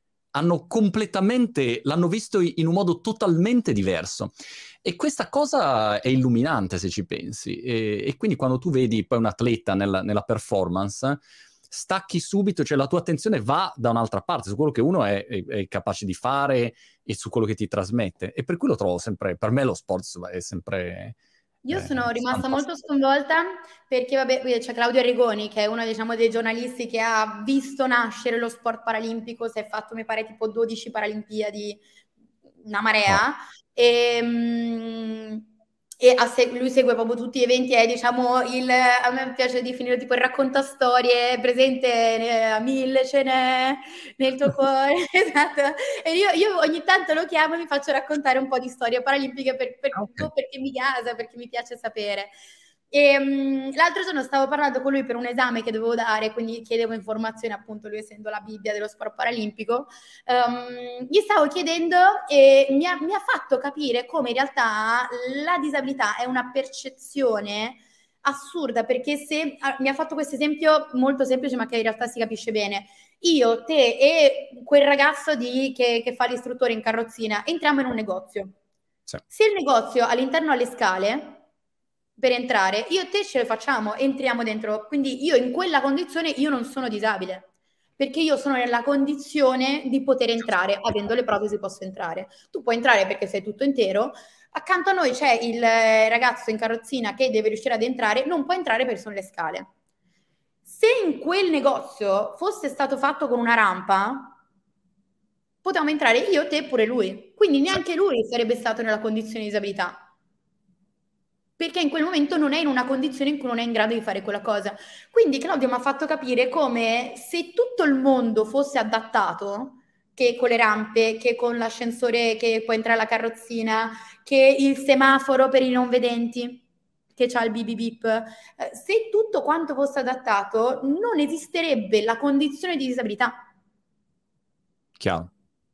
l'hanno visto in un modo totalmente diverso. E questa cosa è illuminante, se ci pensi. E quindi quando tu vedi poi un atleta nella performance, stacchi subito, cioè la tua attenzione va da un'altra parte, su quello che uno è capace di fare e su quello che ti trasmette. E per cui lo trovo sempre, per me lo sport è sempre... Io sono rimasta molto sconvolta perché, vabbè, c'è Claudio Arrigoni, che è uno, diciamo, dei giornalisti che ha visto nascere lo sport paralimpico, si è fatto, mi pare, tipo 12 Paralimpiadi, una marea, e lui segue proprio tutti gli eventi, è diciamo a me piace definire tipo il raccontastorie presente a 1000 ce n'è nel tuo cuore, esatto, e io ogni tanto lo chiamo e mi faccio raccontare un po' di storie paralimpiche perché mi casa, perché mi piace sapere. E l'altro giorno stavo parlando con lui per un esame che dovevo dare, quindi chiedevo informazioni, appunto lui essendo la Bibbia dello sport paralimpico, gli stavo chiedendo e mi ha fatto capire come in realtà la disabilità è una percezione assurda, perché mi ha fatto questo esempio molto semplice ma che in realtà si capisce bene. Io, te e quel ragazzo che fa l'istruttore in carrozzina entriamo in un negozio. Sì. Se il negozio all'interno ha le scale per entrare, io e te ce le facciamo, entriamo dentro. Quindi io in quella condizione io non sono disabile, perché io sono nella condizione di poter entrare, avendo le protesi posso entrare. Tu puoi entrare perché sei tutto intero, accanto a noi c'è il ragazzo in carrozzina che deve riuscire ad entrare, non può entrare perché sono le scale. Se in quel negozio fosse stato fatto con una rampa, potevamo entrare io, te, pure lui. Quindi neanche lui sarebbe stato nella condizione di disabilità. Perché in quel momento non è in una condizione in cui non è in grado di fare quella cosa. Quindi Claudio mi ha fatto capire come se tutto il mondo fosse adattato, che con le rampe, che con l'ascensore che può entrare la carrozzina, che il semaforo per i non vedenti, che c'ha il bip bip bip, se tutto quanto fosse adattato, non esisterebbe la condizione di disabilità. Chiaro.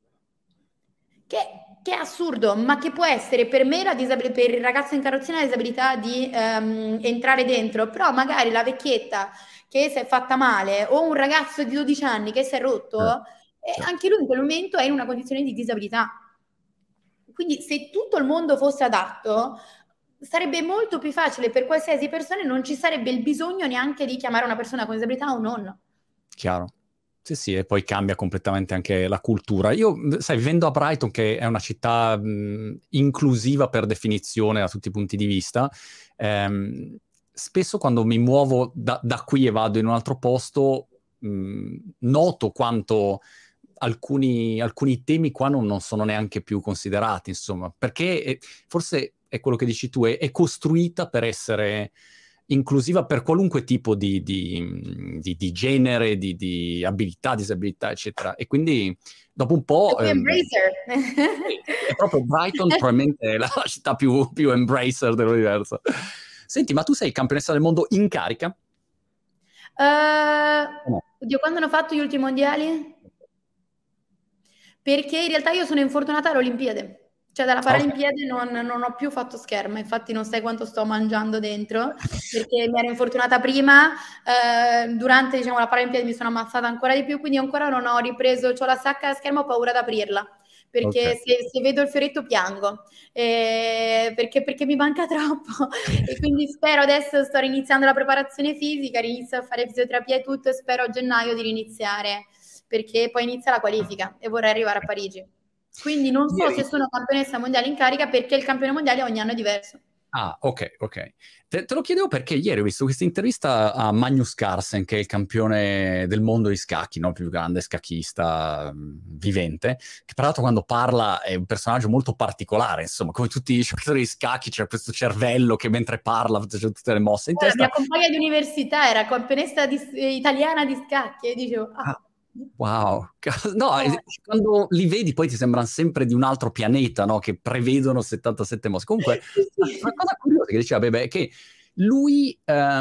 Che è assurdo, ma che può essere per me per il ragazzo in carrozzina la disabilità di entrare dentro, però magari la vecchietta che si è fatta male o un ragazzo di 12 anni che si è rotto, anche lui in quel momento è in una condizione di disabilità. Quindi se tutto il mondo fosse adatto, sarebbe molto più facile per qualsiasi persona e non ci sarebbe il bisogno neanche di chiamare una persona con disabilità o non. Chiaro. Sì, sì, e poi cambia completamente anche la cultura. Io, sai, vivendo a Brighton, che è una città inclusiva per definizione da tutti i punti di vista, spesso quando mi muovo da qui e vado in un altro posto, noto quanto alcuni temi qua non sono neanche più considerati, insomma, perché forse è quello che dici tu, è costruita per essere inclusiva per qualunque tipo di genere, di abilità, disabilità, eccetera. E quindi dopo un po'... È proprio Brighton probabilmente è la città più embracer dell'universo. Senti, ma tu sei campionessa del mondo in carica? Oddio, quando hanno fatto gli ultimi mondiali? Perché in realtà io sono infortunata alle Olimpiadi. Cioè dalla Paralimpiade non ho più fatto scherma, infatti non sai quanto sto mangiando dentro, perché mi ero infortunata prima, durante diciamo, la Paralimpiade mi sono ammazzata ancora di più, quindi ancora non ho ripreso, ho la sacca a scherma, ho paura di aprirla, perché se vedo il fioretto piango, perché mi manca troppo, e quindi spero adesso, sto riniziando la preparazione fisica, inizio a fare fisioterapia e tutto, e spero a gennaio di riniziare, perché poi inizia la qualifica e vorrei arrivare a Parigi. Quindi non so se sono campionessa mondiale in carica perché il campione mondiale ogni anno è diverso. Ah, ok. Te lo chiedevo perché ieri ho visto questa intervista a Magnus Carlsen, che è il campione del mondo di scacchi, no? Il più grande scacchista vivente, che tra l'altro quando parla è un personaggio molto particolare, insomma, come tutti i giocatori di scacchi c'è questo cervello che mentre parla c'è tutte le mosse in testa. La mia compagna di università era campionessa italiana di scacchi e dicevo... Wow, no, quando li vedi poi ti sembrano sempre di un altro pianeta, no? Che prevedono 77 mosse. Comunque, una cosa curiosa che diceva Bebe è che lui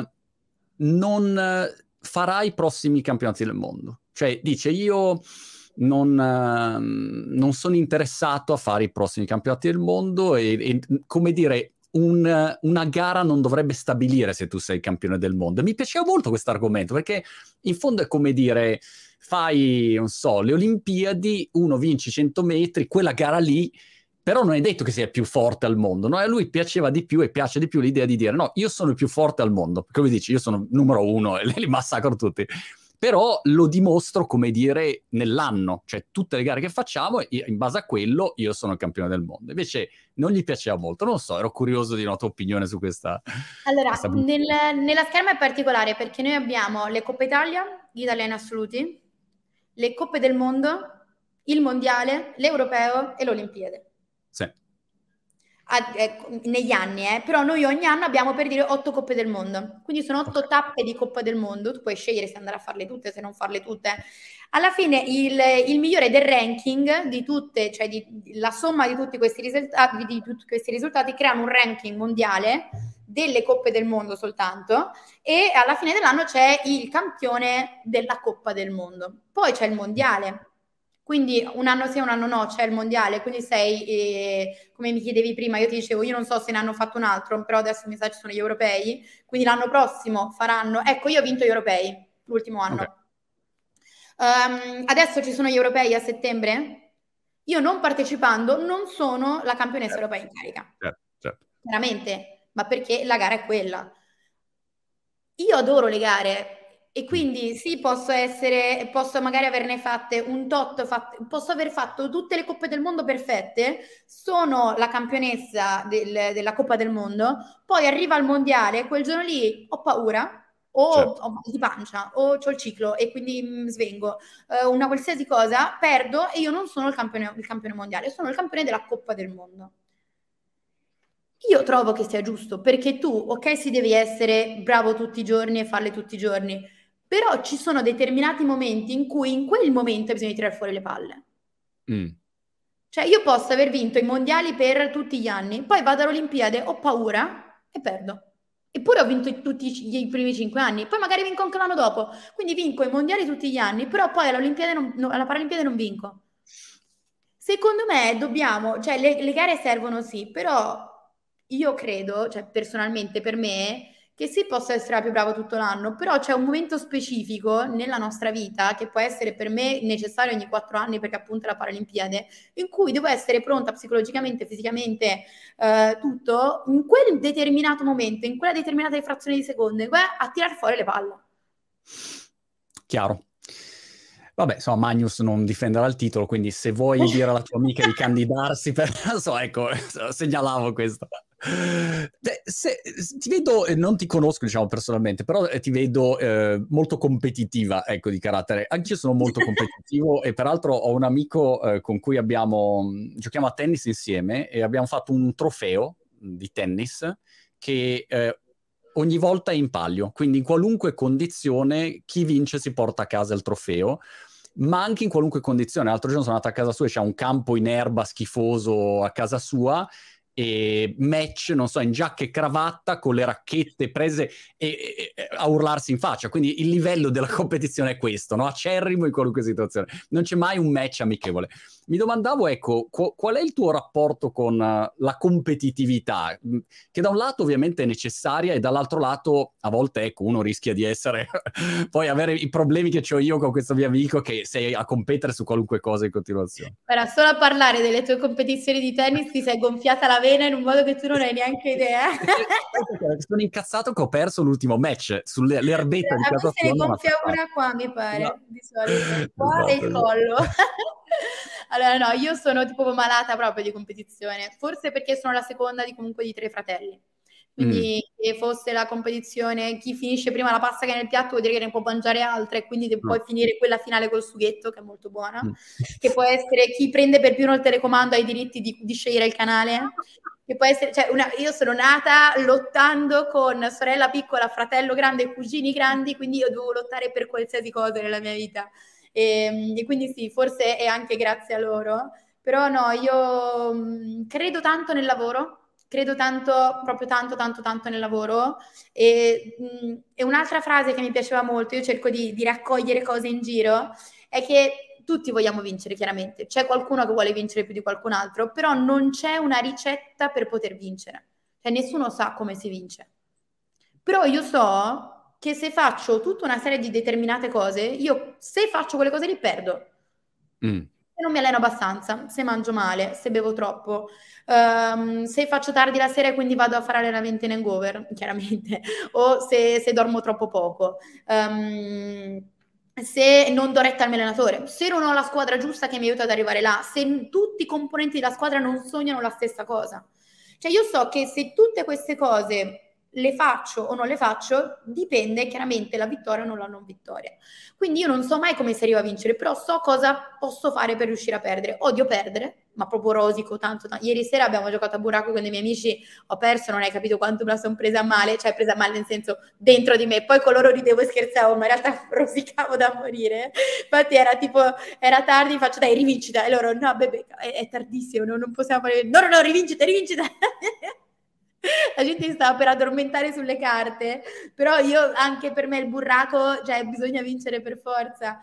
non farà i prossimi campionati del mondo. Cioè, dice, io non sono interessato a fare i prossimi campionati del mondo e come dire, una gara non dovrebbe stabilire se tu sei campione del mondo. E mi piaceva molto questo argomento, perché in fondo è come dire... Fai, non so, le Olimpiadi, uno vince 100 metri, quella gara lì, però non è detto che sia più forte al mondo, no? E a lui piaceva di più e piace di più l'idea di dire no, io sono il più forte al mondo, perché lui dice io sono numero uno e li massacro tutti. Però lo dimostro, come dire, nell'anno, cioè tutte le gare che facciamo, in base a quello io sono il campione del mondo. Invece non gli piaceva molto, non so, ero curioso di una tua opinione su questa. Allora, nella scherma è particolare perché noi abbiamo le Coppe Italia, gli italiani assoluti, le Coppe del Mondo, il Mondiale, l'Europeo e l'Olimpiade. Sì. negli anni, però noi ogni anno abbiamo per dire 8 Coppe del Mondo, quindi sono 8 tappe di Coppa del Mondo, tu puoi scegliere se andare a farle tutte, se non farle tutte. Alla fine il migliore del ranking di tutte, cioè la somma di tutti questi risultati creano un ranking mondiale delle Coppe del Mondo soltanto, e alla fine dell'anno c'è il campione della Coppa del Mondo. Poi c'è il mondiale, quindi un anno sì, un anno no, c'è il mondiale, quindi sei, come mi chiedevi prima, io ti dicevo, io non so se ne hanno fatto un altro, però adesso mi sa ci sono gli europei, quindi l'anno prossimo faranno, ecco, io ho vinto gli europei l'ultimo anno. Okay. Adesso ci sono gli europei a settembre, io non partecipando non sono la campionessa europea in carica, chiaramente, ma perché la gara è quella. Io adoro le gare e quindi sì, posso magari averne fatte un tot, posso aver fatto tutte le Coppe del Mondo perfette, sono la campionessa della Coppa del Mondo, poi arriva il mondiale, quel giorno lì ho paura, o ho mal di pancia, o c'ho il ciclo e quindi svengo, una qualsiasi cosa, perdo e io non sono il campione mondiale, sono il campione della Coppa del Mondo. Io trovo che sia giusto, perché tu, ok, si devi essere bravo tutti i giorni e farle tutti i giorni, però ci sono determinati momenti in cui in quel momento bisogna tirare fuori le palle. Cioè io posso aver vinto i mondiali per tutti gli anni, poi vado all'Olimpiade, ho paura e perdo. Eppure ho vinto tutti i primi 5 anni, poi magari vinco anche l'anno dopo, quindi vinco i mondiali tutti gli anni, però poi alla Paralimpiade non vinco. Secondo me dobbiamo, cioè le gare servono sì, però io credo, cioè personalmente per me, che sì possa essere la più brava tutto l'anno, però c'è un momento specifico nella nostra vita che può essere per me necessario ogni 4 anni, perché appunto è la Paralimpiade, in cui devo essere pronta psicologicamente, fisicamente, tutto, in quel determinato momento, in quella determinata frazione di secondo, a tirar fuori le palle. Chiaro. Vabbè, insomma, Magnus non difenderà il titolo, quindi se vuoi dire alla tua amica di candidarsi per... Non so, ecco, segnalavo questo. Ti vedo, non ti conosco, diciamo, personalmente, però ti vedo molto competitiva, ecco, di carattere. Anch'io sono molto competitivo e peraltro ho un amico con cui giochiamo a tennis insieme e abbiamo fatto un trofeo di tennis che... ogni volta è in palio, quindi in qualunque condizione chi vince si porta a casa il trofeo, ma anche in qualunque condizione. L'altro giorno sono andato a casa sua e c'è un campo in erba schifoso a casa sua e match, non so, in giacca e cravatta con le racchette prese a urlarsi in faccia. Quindi il livello della competizione è questo, no? Acerrimo in qualunque situazione. Non c'è mai un match amichevole. Mi domandavo, ecco, qual è il tuo rapporto con la competitività, che da un lato ovviamente è necessaria e dall'altro lato a volte, ecco, uno rischia di essere poi avere i problemi che ho io con questo mio amico, che sei a competere su qualunque cosa in continuazione. Guarda, solo a parlare delle tue competizioni di tennis ti sei gonfiata la vena in un modo che tu non hai neanche idea. Sono incazzato che ho perso l'ultimo match sulle erbette di casa. Se ne gonfia una qua, mi pare, no. Di solito. Qua e il collo. Allora no, io sono tipo malata proprio di competizione, forse perché sono la seconda di 3 fratelli, quindi se fosse la competizione chi finisce prima la pasta che è nel piatto vuol dire che ne può mangiare altre, quindi puoi finire quella finale col sughetto, che è molto buona, che può essere chi prende per più il telecomando ha i diritti di scegliere il canale, che può essere, cioè io sono nata lottando con sorella piccola, fratello grande e cugini grandi, quindi io devo lottare per qualsiasi cosa nella mia vita. E quindi sì, forse è anche grazie a loro, però no, io credo tanto nel lavoro, credo tanto, proprio tanto nel lavoro e un'altra frase che mi piaceva molto, io cerco di raccogliere cose in giro, è che tutti vogliamo vincere, chiaramente, c'è qualcuno che vuole vincere più di qualcun altro, però non c'è una ricetta per poter vincere, cioè nessuno sa come si vince, però io so che se faccio tutta una serie di determinate cose, io se faccio quelle cose li perdo. Se non mi alleno abbastanza, se mangio male, se bevo troppo, se faccio tardi la sera e quindi vado a fare allenamenti in hangover, chiaramente, o se dormo troppo poco, se non do retta al mio allenatore, se non ho la squadra giusta che mi aiuta ad arrivare là, se tutti i componenti della squadra non sognano la stessa cosa. Cioè io so che se tutte queste cose le faccio o non le faccio, dipende chiaramente la vittoria o non la non vittoria. Quindi io non so mai come si arriva a vincere, però so cosa posso fare per riuscire a perdere. Odio perdere, ma proprio rosico tanto. Ieri sera abbiamo giocato a burraco con dei miei amici, ho perso, non hai capito quanto me la sono presa male, cioè presa male nel senso dentro di me, poi con loro ridevo e scherzavo, ma in realtà rosicavo da morire. Infatti era tardi, faccio dai rivincita, e loro no bebè, è tardissimo, non possiamo fare, no rivincita. La gente stava per addormentare sulle carte, però io anche per me il burraco, cioè bisogna vincere per forza.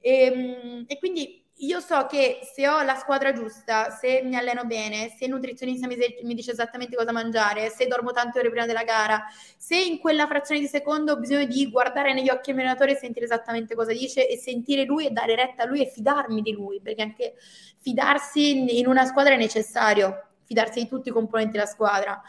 E quindi io so che se ho la squadra giusta, se mi alleno bene, se il nutrizionista mi dice esattamente cosa mangiare, se dormo tante ore prima della gara, se in quella frazione di secondo ho bisogno di guardare negli occhi il mio allenatore e sentire esattamente cosa dice e sentire lui e dare retta a lui e fidarmi di lui, perché anche fidarsi in una squadra è necessario, fidarsi di tutti i componenti della squadra.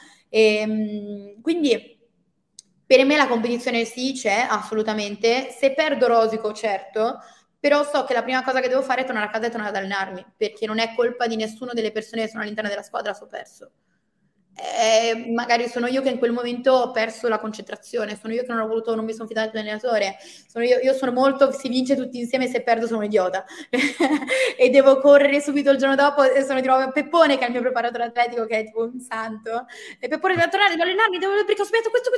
Quindi per me la competizione sì c'è assolutamente, se perdo rosico certo, però so che la prima cosa che devo fare è tornare a casa e tornare ad allenarmi, perché non è colpa di nessuno delle persone che sono all'interno della squadra se ho perso. Magari sono io che in quel momento ho perso la concentrazione, sono io che non mi sono fidato dell'allenatore, io sono molto, si vince tutti insieme, se perdo sono un idiota e devo correre subito il giorno dopo e sono di nuovo Peppone che è il mio preparatore atletico che è tipo un santo e Peppone deve tornare, devo allenarmi, perché ho sbagliato questo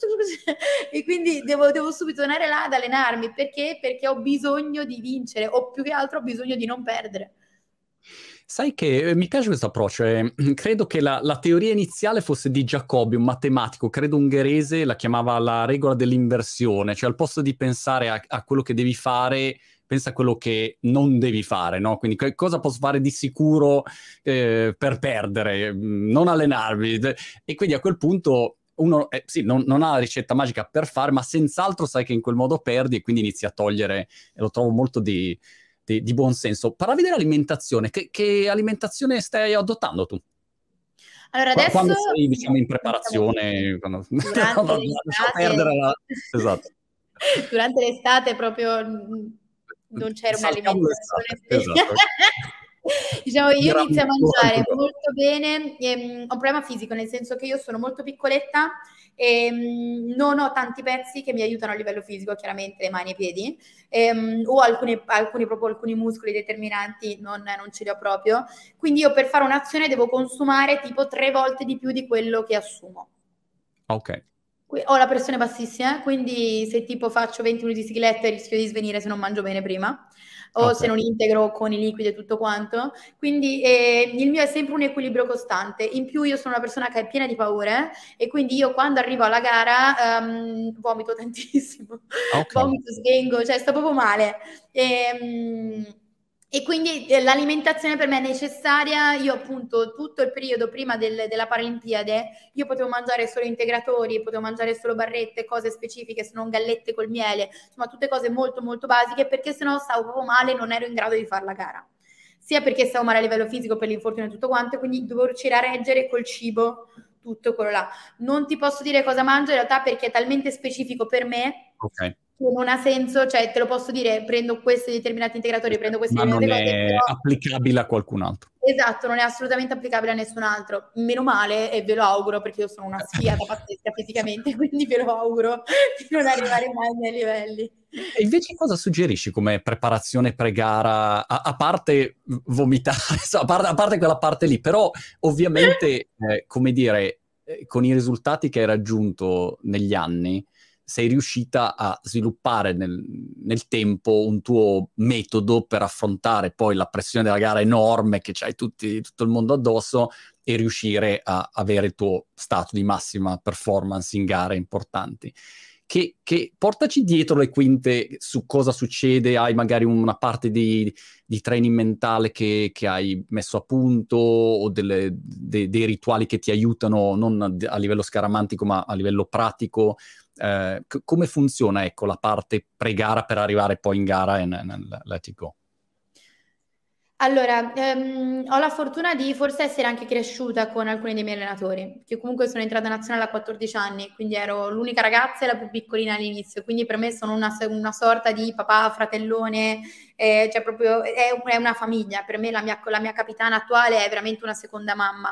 e quindi devo subito tornare là ad allenarmi perché ho bisogno di vincere o più che altro ho bisogno di non perdere. Sai che mi piace questo approccio, credo che la teoria iniziale fosse di Jacobi, un matematico, credo ungherese, la chiamava la regola dell'inversione, cioè al posto di pensare a quello che devi fare, pensa a quello che non devi fare, no? Quindi cosa posso fare di sicuro per perdere, non allenarmi, e quindi a quel punto uno sì, non ha la ricetta magica per fare, ma senz'altro sai che in quel modo perdi e quindi inizi a togliere, e lo trovo molto di buon senso. Parlavi dell'alimentazione, che alimentazione stai adottando tu? Allora adesso Quando sei, diciamo, in preparazione, durante l'estate, esatto. Durante l'estate proprio non c'era un'alimentazione esatto. Diciamo io inizio a mangiare molto bene, ho un problema fisico, nel senso che io sono molto piccoletta e non ho tanti pezzi che mi aiutano a livello fisico, chiaramente le mani e i piedi, o alcuni muscoli determinanti non ce li ho proprio, quindi io per fare un'azione devo consumare tipo 3 volte di più di quello che assumo. Ok. Ho la pressione bassissima, quindi se tipo faccio 20 minuti di ciclette rischio di svenire se non mangio bene prima o se non integro con i liquidi e tutto quanto, quindi il mio è sempre un equilibrio costante. In più io sono una persona che è piena di paure e quindi io quando arrivo alla gara vomito tantissimo, vomito, svengo, cioè sto proprio male e quindi l'alimentazione per me è necessaria. Io appunto tutto il periodo prima della Paralimpiade io potevo mangiare solo integratori, potevo mangiare solo barrette, cose specifiche, se non gallette col miele, insomma tutte cose molto molto basiche, perché sennò stavo proprio male e non ero in grado di fare la gara, sia perché stavo male a livello fisico per l'infortunio e tutto quanto, quindi dovevo riuscire a reggere col cibo tutto quello là. Non ti posso dire cosa mangio in realtà perché è talmente specifico per me non ha senso, cioè te lo posso dire, prendo questi determinati integratori, prendo queste determinate cose, ma non è applicabile a qualcun altro. Esatto, non è assolutamente applicabile a nessun altro. Meno male, e ve lo auguro, perché io sono una sfiata pazzesca fisicamente, quindi ve lo auguro di non arrivare mai ai miei livelli. E invece cosa suggerisci come preparazione pre-gara, a parte vomitare, a parte quella parte lì, però ovviamente, come dire, con i risultati che hai raggiunto negli anni, sei riuscita a sviluppare nel tempo un tuo metodo per affrontare poi la pressione della gara enorme che c'hai tutto il mondo addosso e riuscire a avere il tuo stato di massima performance in gare importanti. Che portaci dietro le quinte su cosa succede, hai magari una parte di training mentale che hai messo a punto o dei rituali che ti aiutano non a livello scaramantico ma a livello pratico. Come funziona, ecco, la parte pre-gara per arrivare poi in gara e let it go? Allora, ho la fortuna di forse essere anche cresciuta con alcuni dei miei allenatori, che comunque sono entrata in nazionale a 14 anni, quindi ero l'unica ragazza e la più piccolina all'inizio, quindi per me sono una sorta di papà, fratellone, cioè proprio è una famiglia, per me la mia capitana attuale è veramente una seconda mamma,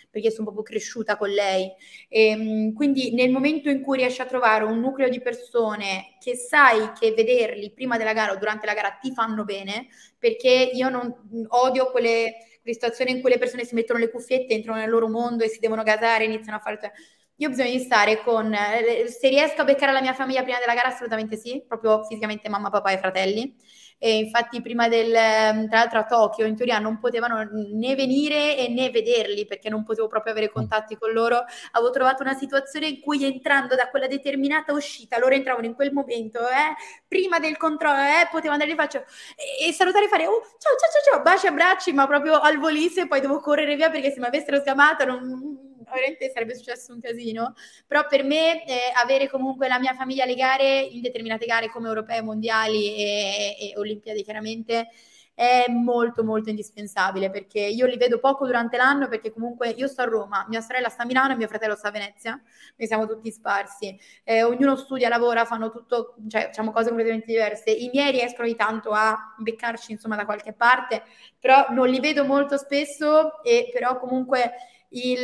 perché sono proprio cresciuta con lei. Quindi nel momento in cui riesci a trovare un nucleo di persone che sai che vederli prima della gara o durante la gara ti fanno bene, perché io non odio quelle situazioni in cui le persone si mettono le cuffiette, entrano nel loro mondo e si devono gasare, iniziano a fare... Io ho bisogno di stare con... se riesco a beccare la mia famiglia prima della gara, assolutamente sì, proprio fisicamente mamma, papà e fratelli. E infatti prima tra l'altro a Tokyo in teoria non potevano né venire e né vederli, perché non potevo proprio avere contatti con loro. Avevo trovato una situazione in cui, entrando da quella determinata uscita, loro entravano in quel momento, prima del controllo, potevo andare lì, faccio e salutare e fare ciao ciao ciao ciao, baci, abbracci, ma proprio al volissimo, e poi devo correre via perché se mi avessero sgamato veramente sarebbe successo un casino. Però per me avere comunque la mia famiglia alle gare, in determinate gare come europee, mondiali e olimpiadi chiaramente, è molto molto indispensabile, perché io li vedo poco durante l'anno, perché comunque io sto a Roma, mia sorella sta a Milano e mio fratello sta a Venezia, noi siamo tutti sparsi, ognuno studia, lavora, fanno tutto, cioè facciamo cose completamente diverse. I miei riescono di tanto a beccarci insomma da qualche parte, però non li vedo molto spesso. E però comunque il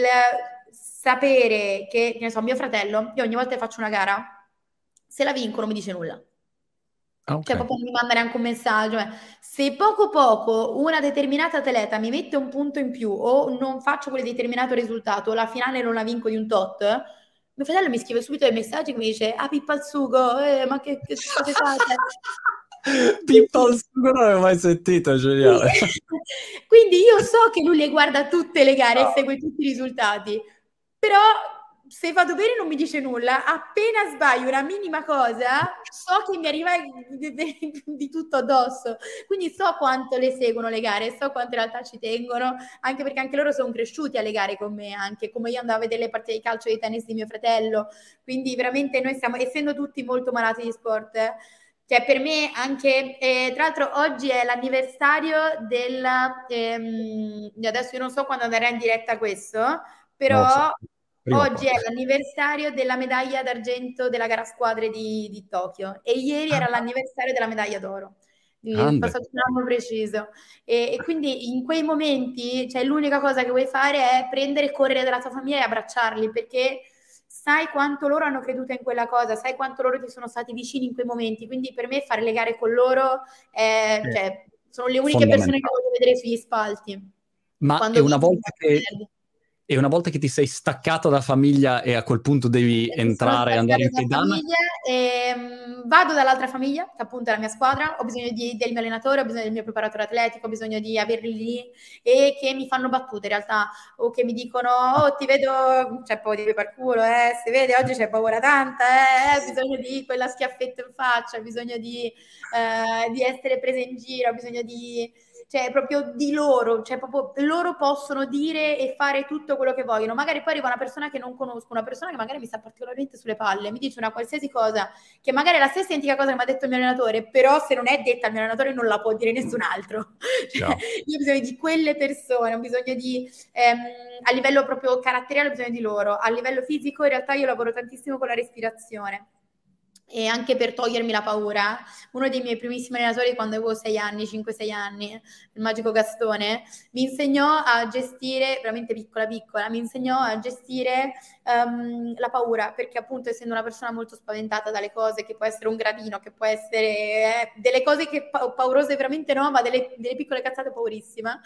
sapere che ne so, mio fratello, io ogni volta che faccio una gara, se la vinco non mi dice nulla. Okay. Cioè proprio non mi manda neanche un messaggio. Se poco poco una determinata atleta mi mette un punto in più o non faccio quel determinato risultato, la finale non la vinco di un tot, mio fratello mi scrive subito dei messaggi che mi dice Pippa al sugo, ma che cose fate? Pippa al sugo non l'avevo mai sentito, geniale. Quindi io so che lui le guarda tutte le gare e segue tutti i risultati, però se vado bene non mi dice nulla. Appena sbaglio una minima cosa, so che mi arriva di tutto addosso. Quindi so quanto le seguono le gare, so quanto in realtà ci tengono, anche perché anche loro sono cresciuti alle gare con me, anche come io andavo a vedere le partite di calcio e di tennis di mio fratello. Quindi veramente noi stiamo, essendo tutti molto malati di sport, cioè per me anche, tra l'altro oggi è l'anniversario adesso io non so quando andrà in diretta questo, però oggi è l'anniversario della medaglia d'argento della gara squadre di Tokyo, e ieri era l'anniversario della medaglia d'oro. È passato un anno preciso, e quindi in quei momenti, cioè, l'unica cosa che vuoi fare è prendere e correre dalla tua famiglia e abbracciarli, perché sai quanto loro hanno creduto in quella cosa, sai quanto loro ti sono stati vicini in quei momenti. Quindi per me fare le gare con loro cioè, sono le uniche persone che voglio vedere sugli spalti. Ma è una volta che ti sei staccato da famiglia e a quel punto devi entrare e andare in pedana? Vado dall'altra famiglia, che appunto è la mia squadra, ho bisogno del mio allenatore, ho bisogno del mio preparatore atletico, ho bisogno di averli lì e che mi fanno battute in realtà, o che mi dicono ti vedo, c'è poco di parkour, si vede oggi c'è paura tanta, ho bisogno di quella schiaffetta in faccia, ho bisogno di essere presa in giro, ho bisogno cioè proprio di loro, cioè proprio loro possono dire e fare tutto quello che vogliono. Magari poi arriva una persona che non conosco, una persona che magari mi sta particolarmente sulle palle, mi dice una qualsiasi cosa, che magari è la stessa identica cosa che mi ha detto il mio allenatore, però se non è detta al mio allenatore non la può dire nessun altro. Cioè, io ho bisogno di quelle persone, ho bisogno di, a livello proprio caratteriale ho bisogno di loro, a livello fisico in realtà io lavoro tantissimo con la respirazione. E anche per togliermi la paura, uno dei miei primissimi allenatori quando avevo 6 anni, 5-6 anni, il magico Gastone, mi insegnò a gestire, veramente piccola, mi insegnò a gestire la paura, perché appunto essendo una persona molto spaventata dalle cose, che può essere un gradino, che può essere delle cose che paurose veramente no, ma delle piccole cazzate paurissime.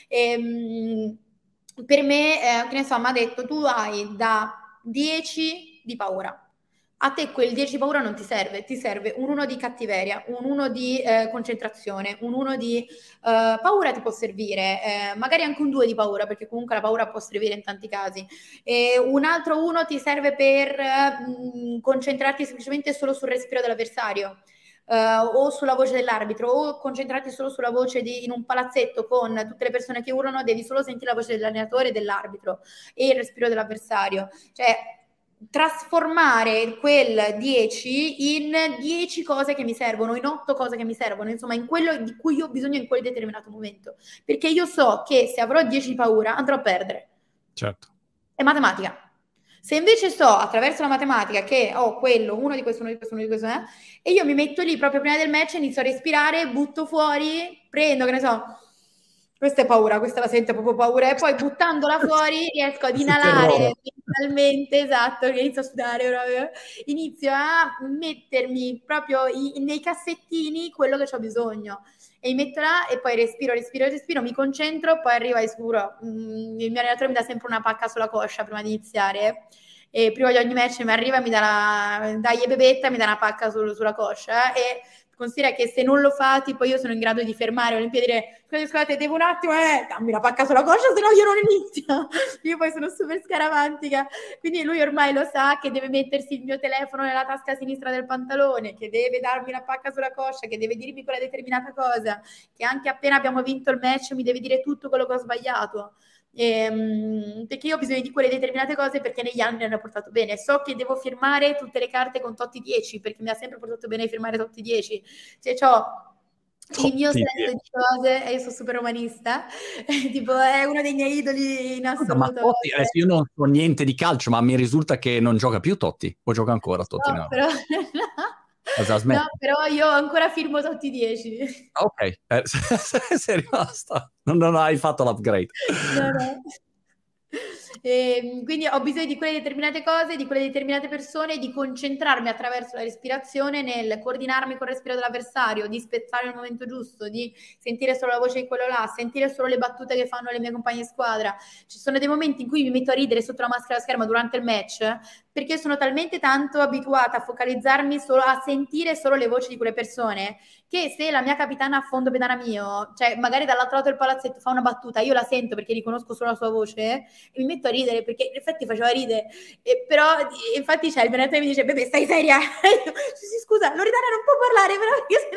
Per me, che ne so, mi ha detto tu hai da 10 di paura. A te quel 10 paura non ti serve, ti serve un 1 di cattiveria, un 1 di concentrazione, un 1 di paura ti può servire, magari anche un 2 di paura, perché comunque la paura può servire in tanti casi. Un altro 1 ti serve per concentrarti semplicemente solo sul respiro dell'avversario. O sulla voce dell'arbitro, o concentrarti solo sulla voce in un palazzetto con tutte le persone che urlano, devi solo sentire la voce dell'allenatore e dell'arbitro e il respiro dell'avversario. Cioè, trasformare quel 10 in 10 cose che mi servono, in 8 cose che mi servono, insomma in quello di cui io ho bisogno in quel determinato momento, perché io so che se avrò 10 di paura andrò a perdere. Certo. È matematica. Se invece so attraverso la matematica che ho quello, uno di questo, e io mi metto lì proprio prima del match, inizio a respirare, butto fuori, prendo, che ne so, Questa è paura, questa la sento proprio paura. E poi buttandola fuori riesco ad inalare mentalmente, esatto, che inizio a sudare proprio. Inizio a mettermi proprio nei cassettini quello che ho bisogno. E mi metto là e poi respiro, mi concentro, poi arriva di sicuro. Il mio allenatore mi dà sempre una pacca sulla coscia prima di iniziare. E prima di ogni match mi arriva e mi dà bebetta, mi dà una pacca sulla coscia. E considera che se non lo fa, tipo io sono in grado di fermare Olimpia e dire scusate, devo un attimo, dammi la pacca sulla coscia, se no io non inizio. Io poi sono super scaramantica, quindi lui ormai lo sa che deve mettersi il mio telefono nella tasca sinistra del pantalone, che deve darmi la pacca sulla coscia, che deve dirmi quella determinata cosa, che anche appena abbiamo vinto il match mi deve dire tutto quello che ho sbagliato. Perché io ho bisogno di quelle determinate cose perché negli anni mi hanno portato bene. So che devo firmare tutte le carte con Totti 10 perché mi ha sempre portato bene firmare Totti 10. Cioè, il mio set di cose, e io sono super romanista, tipo è uno dei miei idoli in assoluto. Ma Totti, adesso io non so niente di calcio, ma mi risulta che non gioca più Totti, o gioca ancora Totti? No, però... No, però io ancora firmo Totti 10. Ok, sei rimasta, non hai fatto l'upgrade. No. Quindi ho bisogno di quelle determinate cose, di quelle determinate persone, di concentrarmi attraverso la respirazione nel coordinarmi con il respiro dell'avversario, di spezzare il momento giusto, di sentire solo la voce di quello là, sentire solo le battute che fanno le mie compagne di squadra. Ci sono dei momenti in cui mi metto a ridere sotto la maschera scherma durante il match perché sono talmente tanto abituata a focalizzarmi solo a sentire solo le voci di quelle persone che se la mia capitana a fondo pedana mio, cioè magari dall'altro lato del palazzetto fa una battuta, io la sento perché riconosco solo la sua voce e mi metto a ridere perché in effetti faceva ridere, però infatti c'è il mio allenatore mi dice bebe stai seria? Sì, scusa, Loredana non può parlare però perché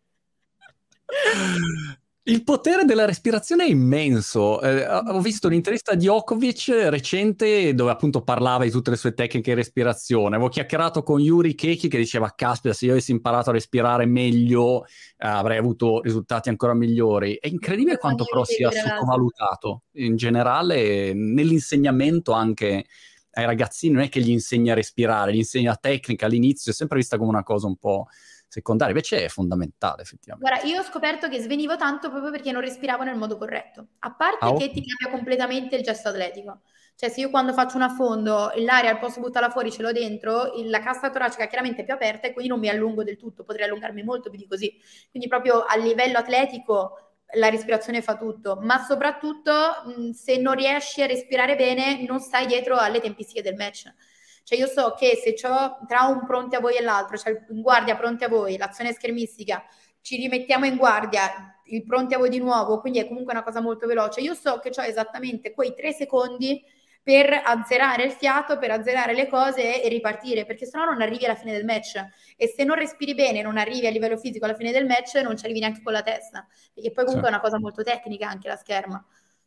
sennò... Il potere della respirazione è immenso. Ho visto un'intervista di Djokovic recente dove appunto parlava di tutte le sue tecniche di respirazione. Avevo chiacchierato con Yuri Keki che diceva caspita, se io avessi imparato a respirare meglio avrei avuto risultati ancora migliori. È incredibile quanto però sia sottovalutato in generale nell'insegnamento anche ai ragazzini. Non è che gli insegna a respirare, gli insegna tecnica all'inizio, è sempre vista come una cosa un po' secondaria, invece è fondamentale effettivamente. Guarda, io ho scoperto che svenivo tanto proprio perché non respiravo nel modo corretto, a parte che ti cambia completamente il gesto atletico. Cioè se io quando faccio un affondo l'aria al posto di buttarla fuori ce l'ho dentro, la cassa toracica chiaramente è più aperta e quindi non mi allungo del tutto, potrei allungarmi molto più di così. Quindi proprio a livello atletico la respirazione fa tutto, ma soprattutto se non riesci a respirare bene non stai dietro alle tempistiche del match. Cioè io so che se c'ho tra un pronti a voi e l'altro, cioè in guardia pronti a voi, l'azione schermistica, ci rimettiamo in guardia, il pronti a voi di nuovo, quindi è comunque una cosa molto veloce. Io so che ho esattamente quei 3 secondi per azzerare il fiato, per azzerare le cose e ripartire, perché sennò non arrivi alla fine del match. E se non respiri bene, non arrivi a livello fisico alla fine del match, non ci arrivi neanche con la testa, perché poi comunque è una cosa molto tecnica anche la scherma.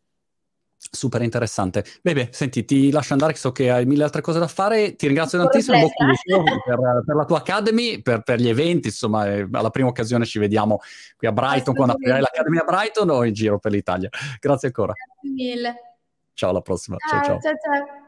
Super interessante. Bene, senti, ti lascio andare, che so che hai 1000 altre cose da fare. Ti ringrazio tantissimo per la tua Academy, per gli eventi, insomma, alla prima occasione ci vediamo qui a Brighton, quando aprirai l'Academy a Brighton o in giro per l'Italia. Grazie ancora. Grazie mille. Ciao, alla prossima. Ciao.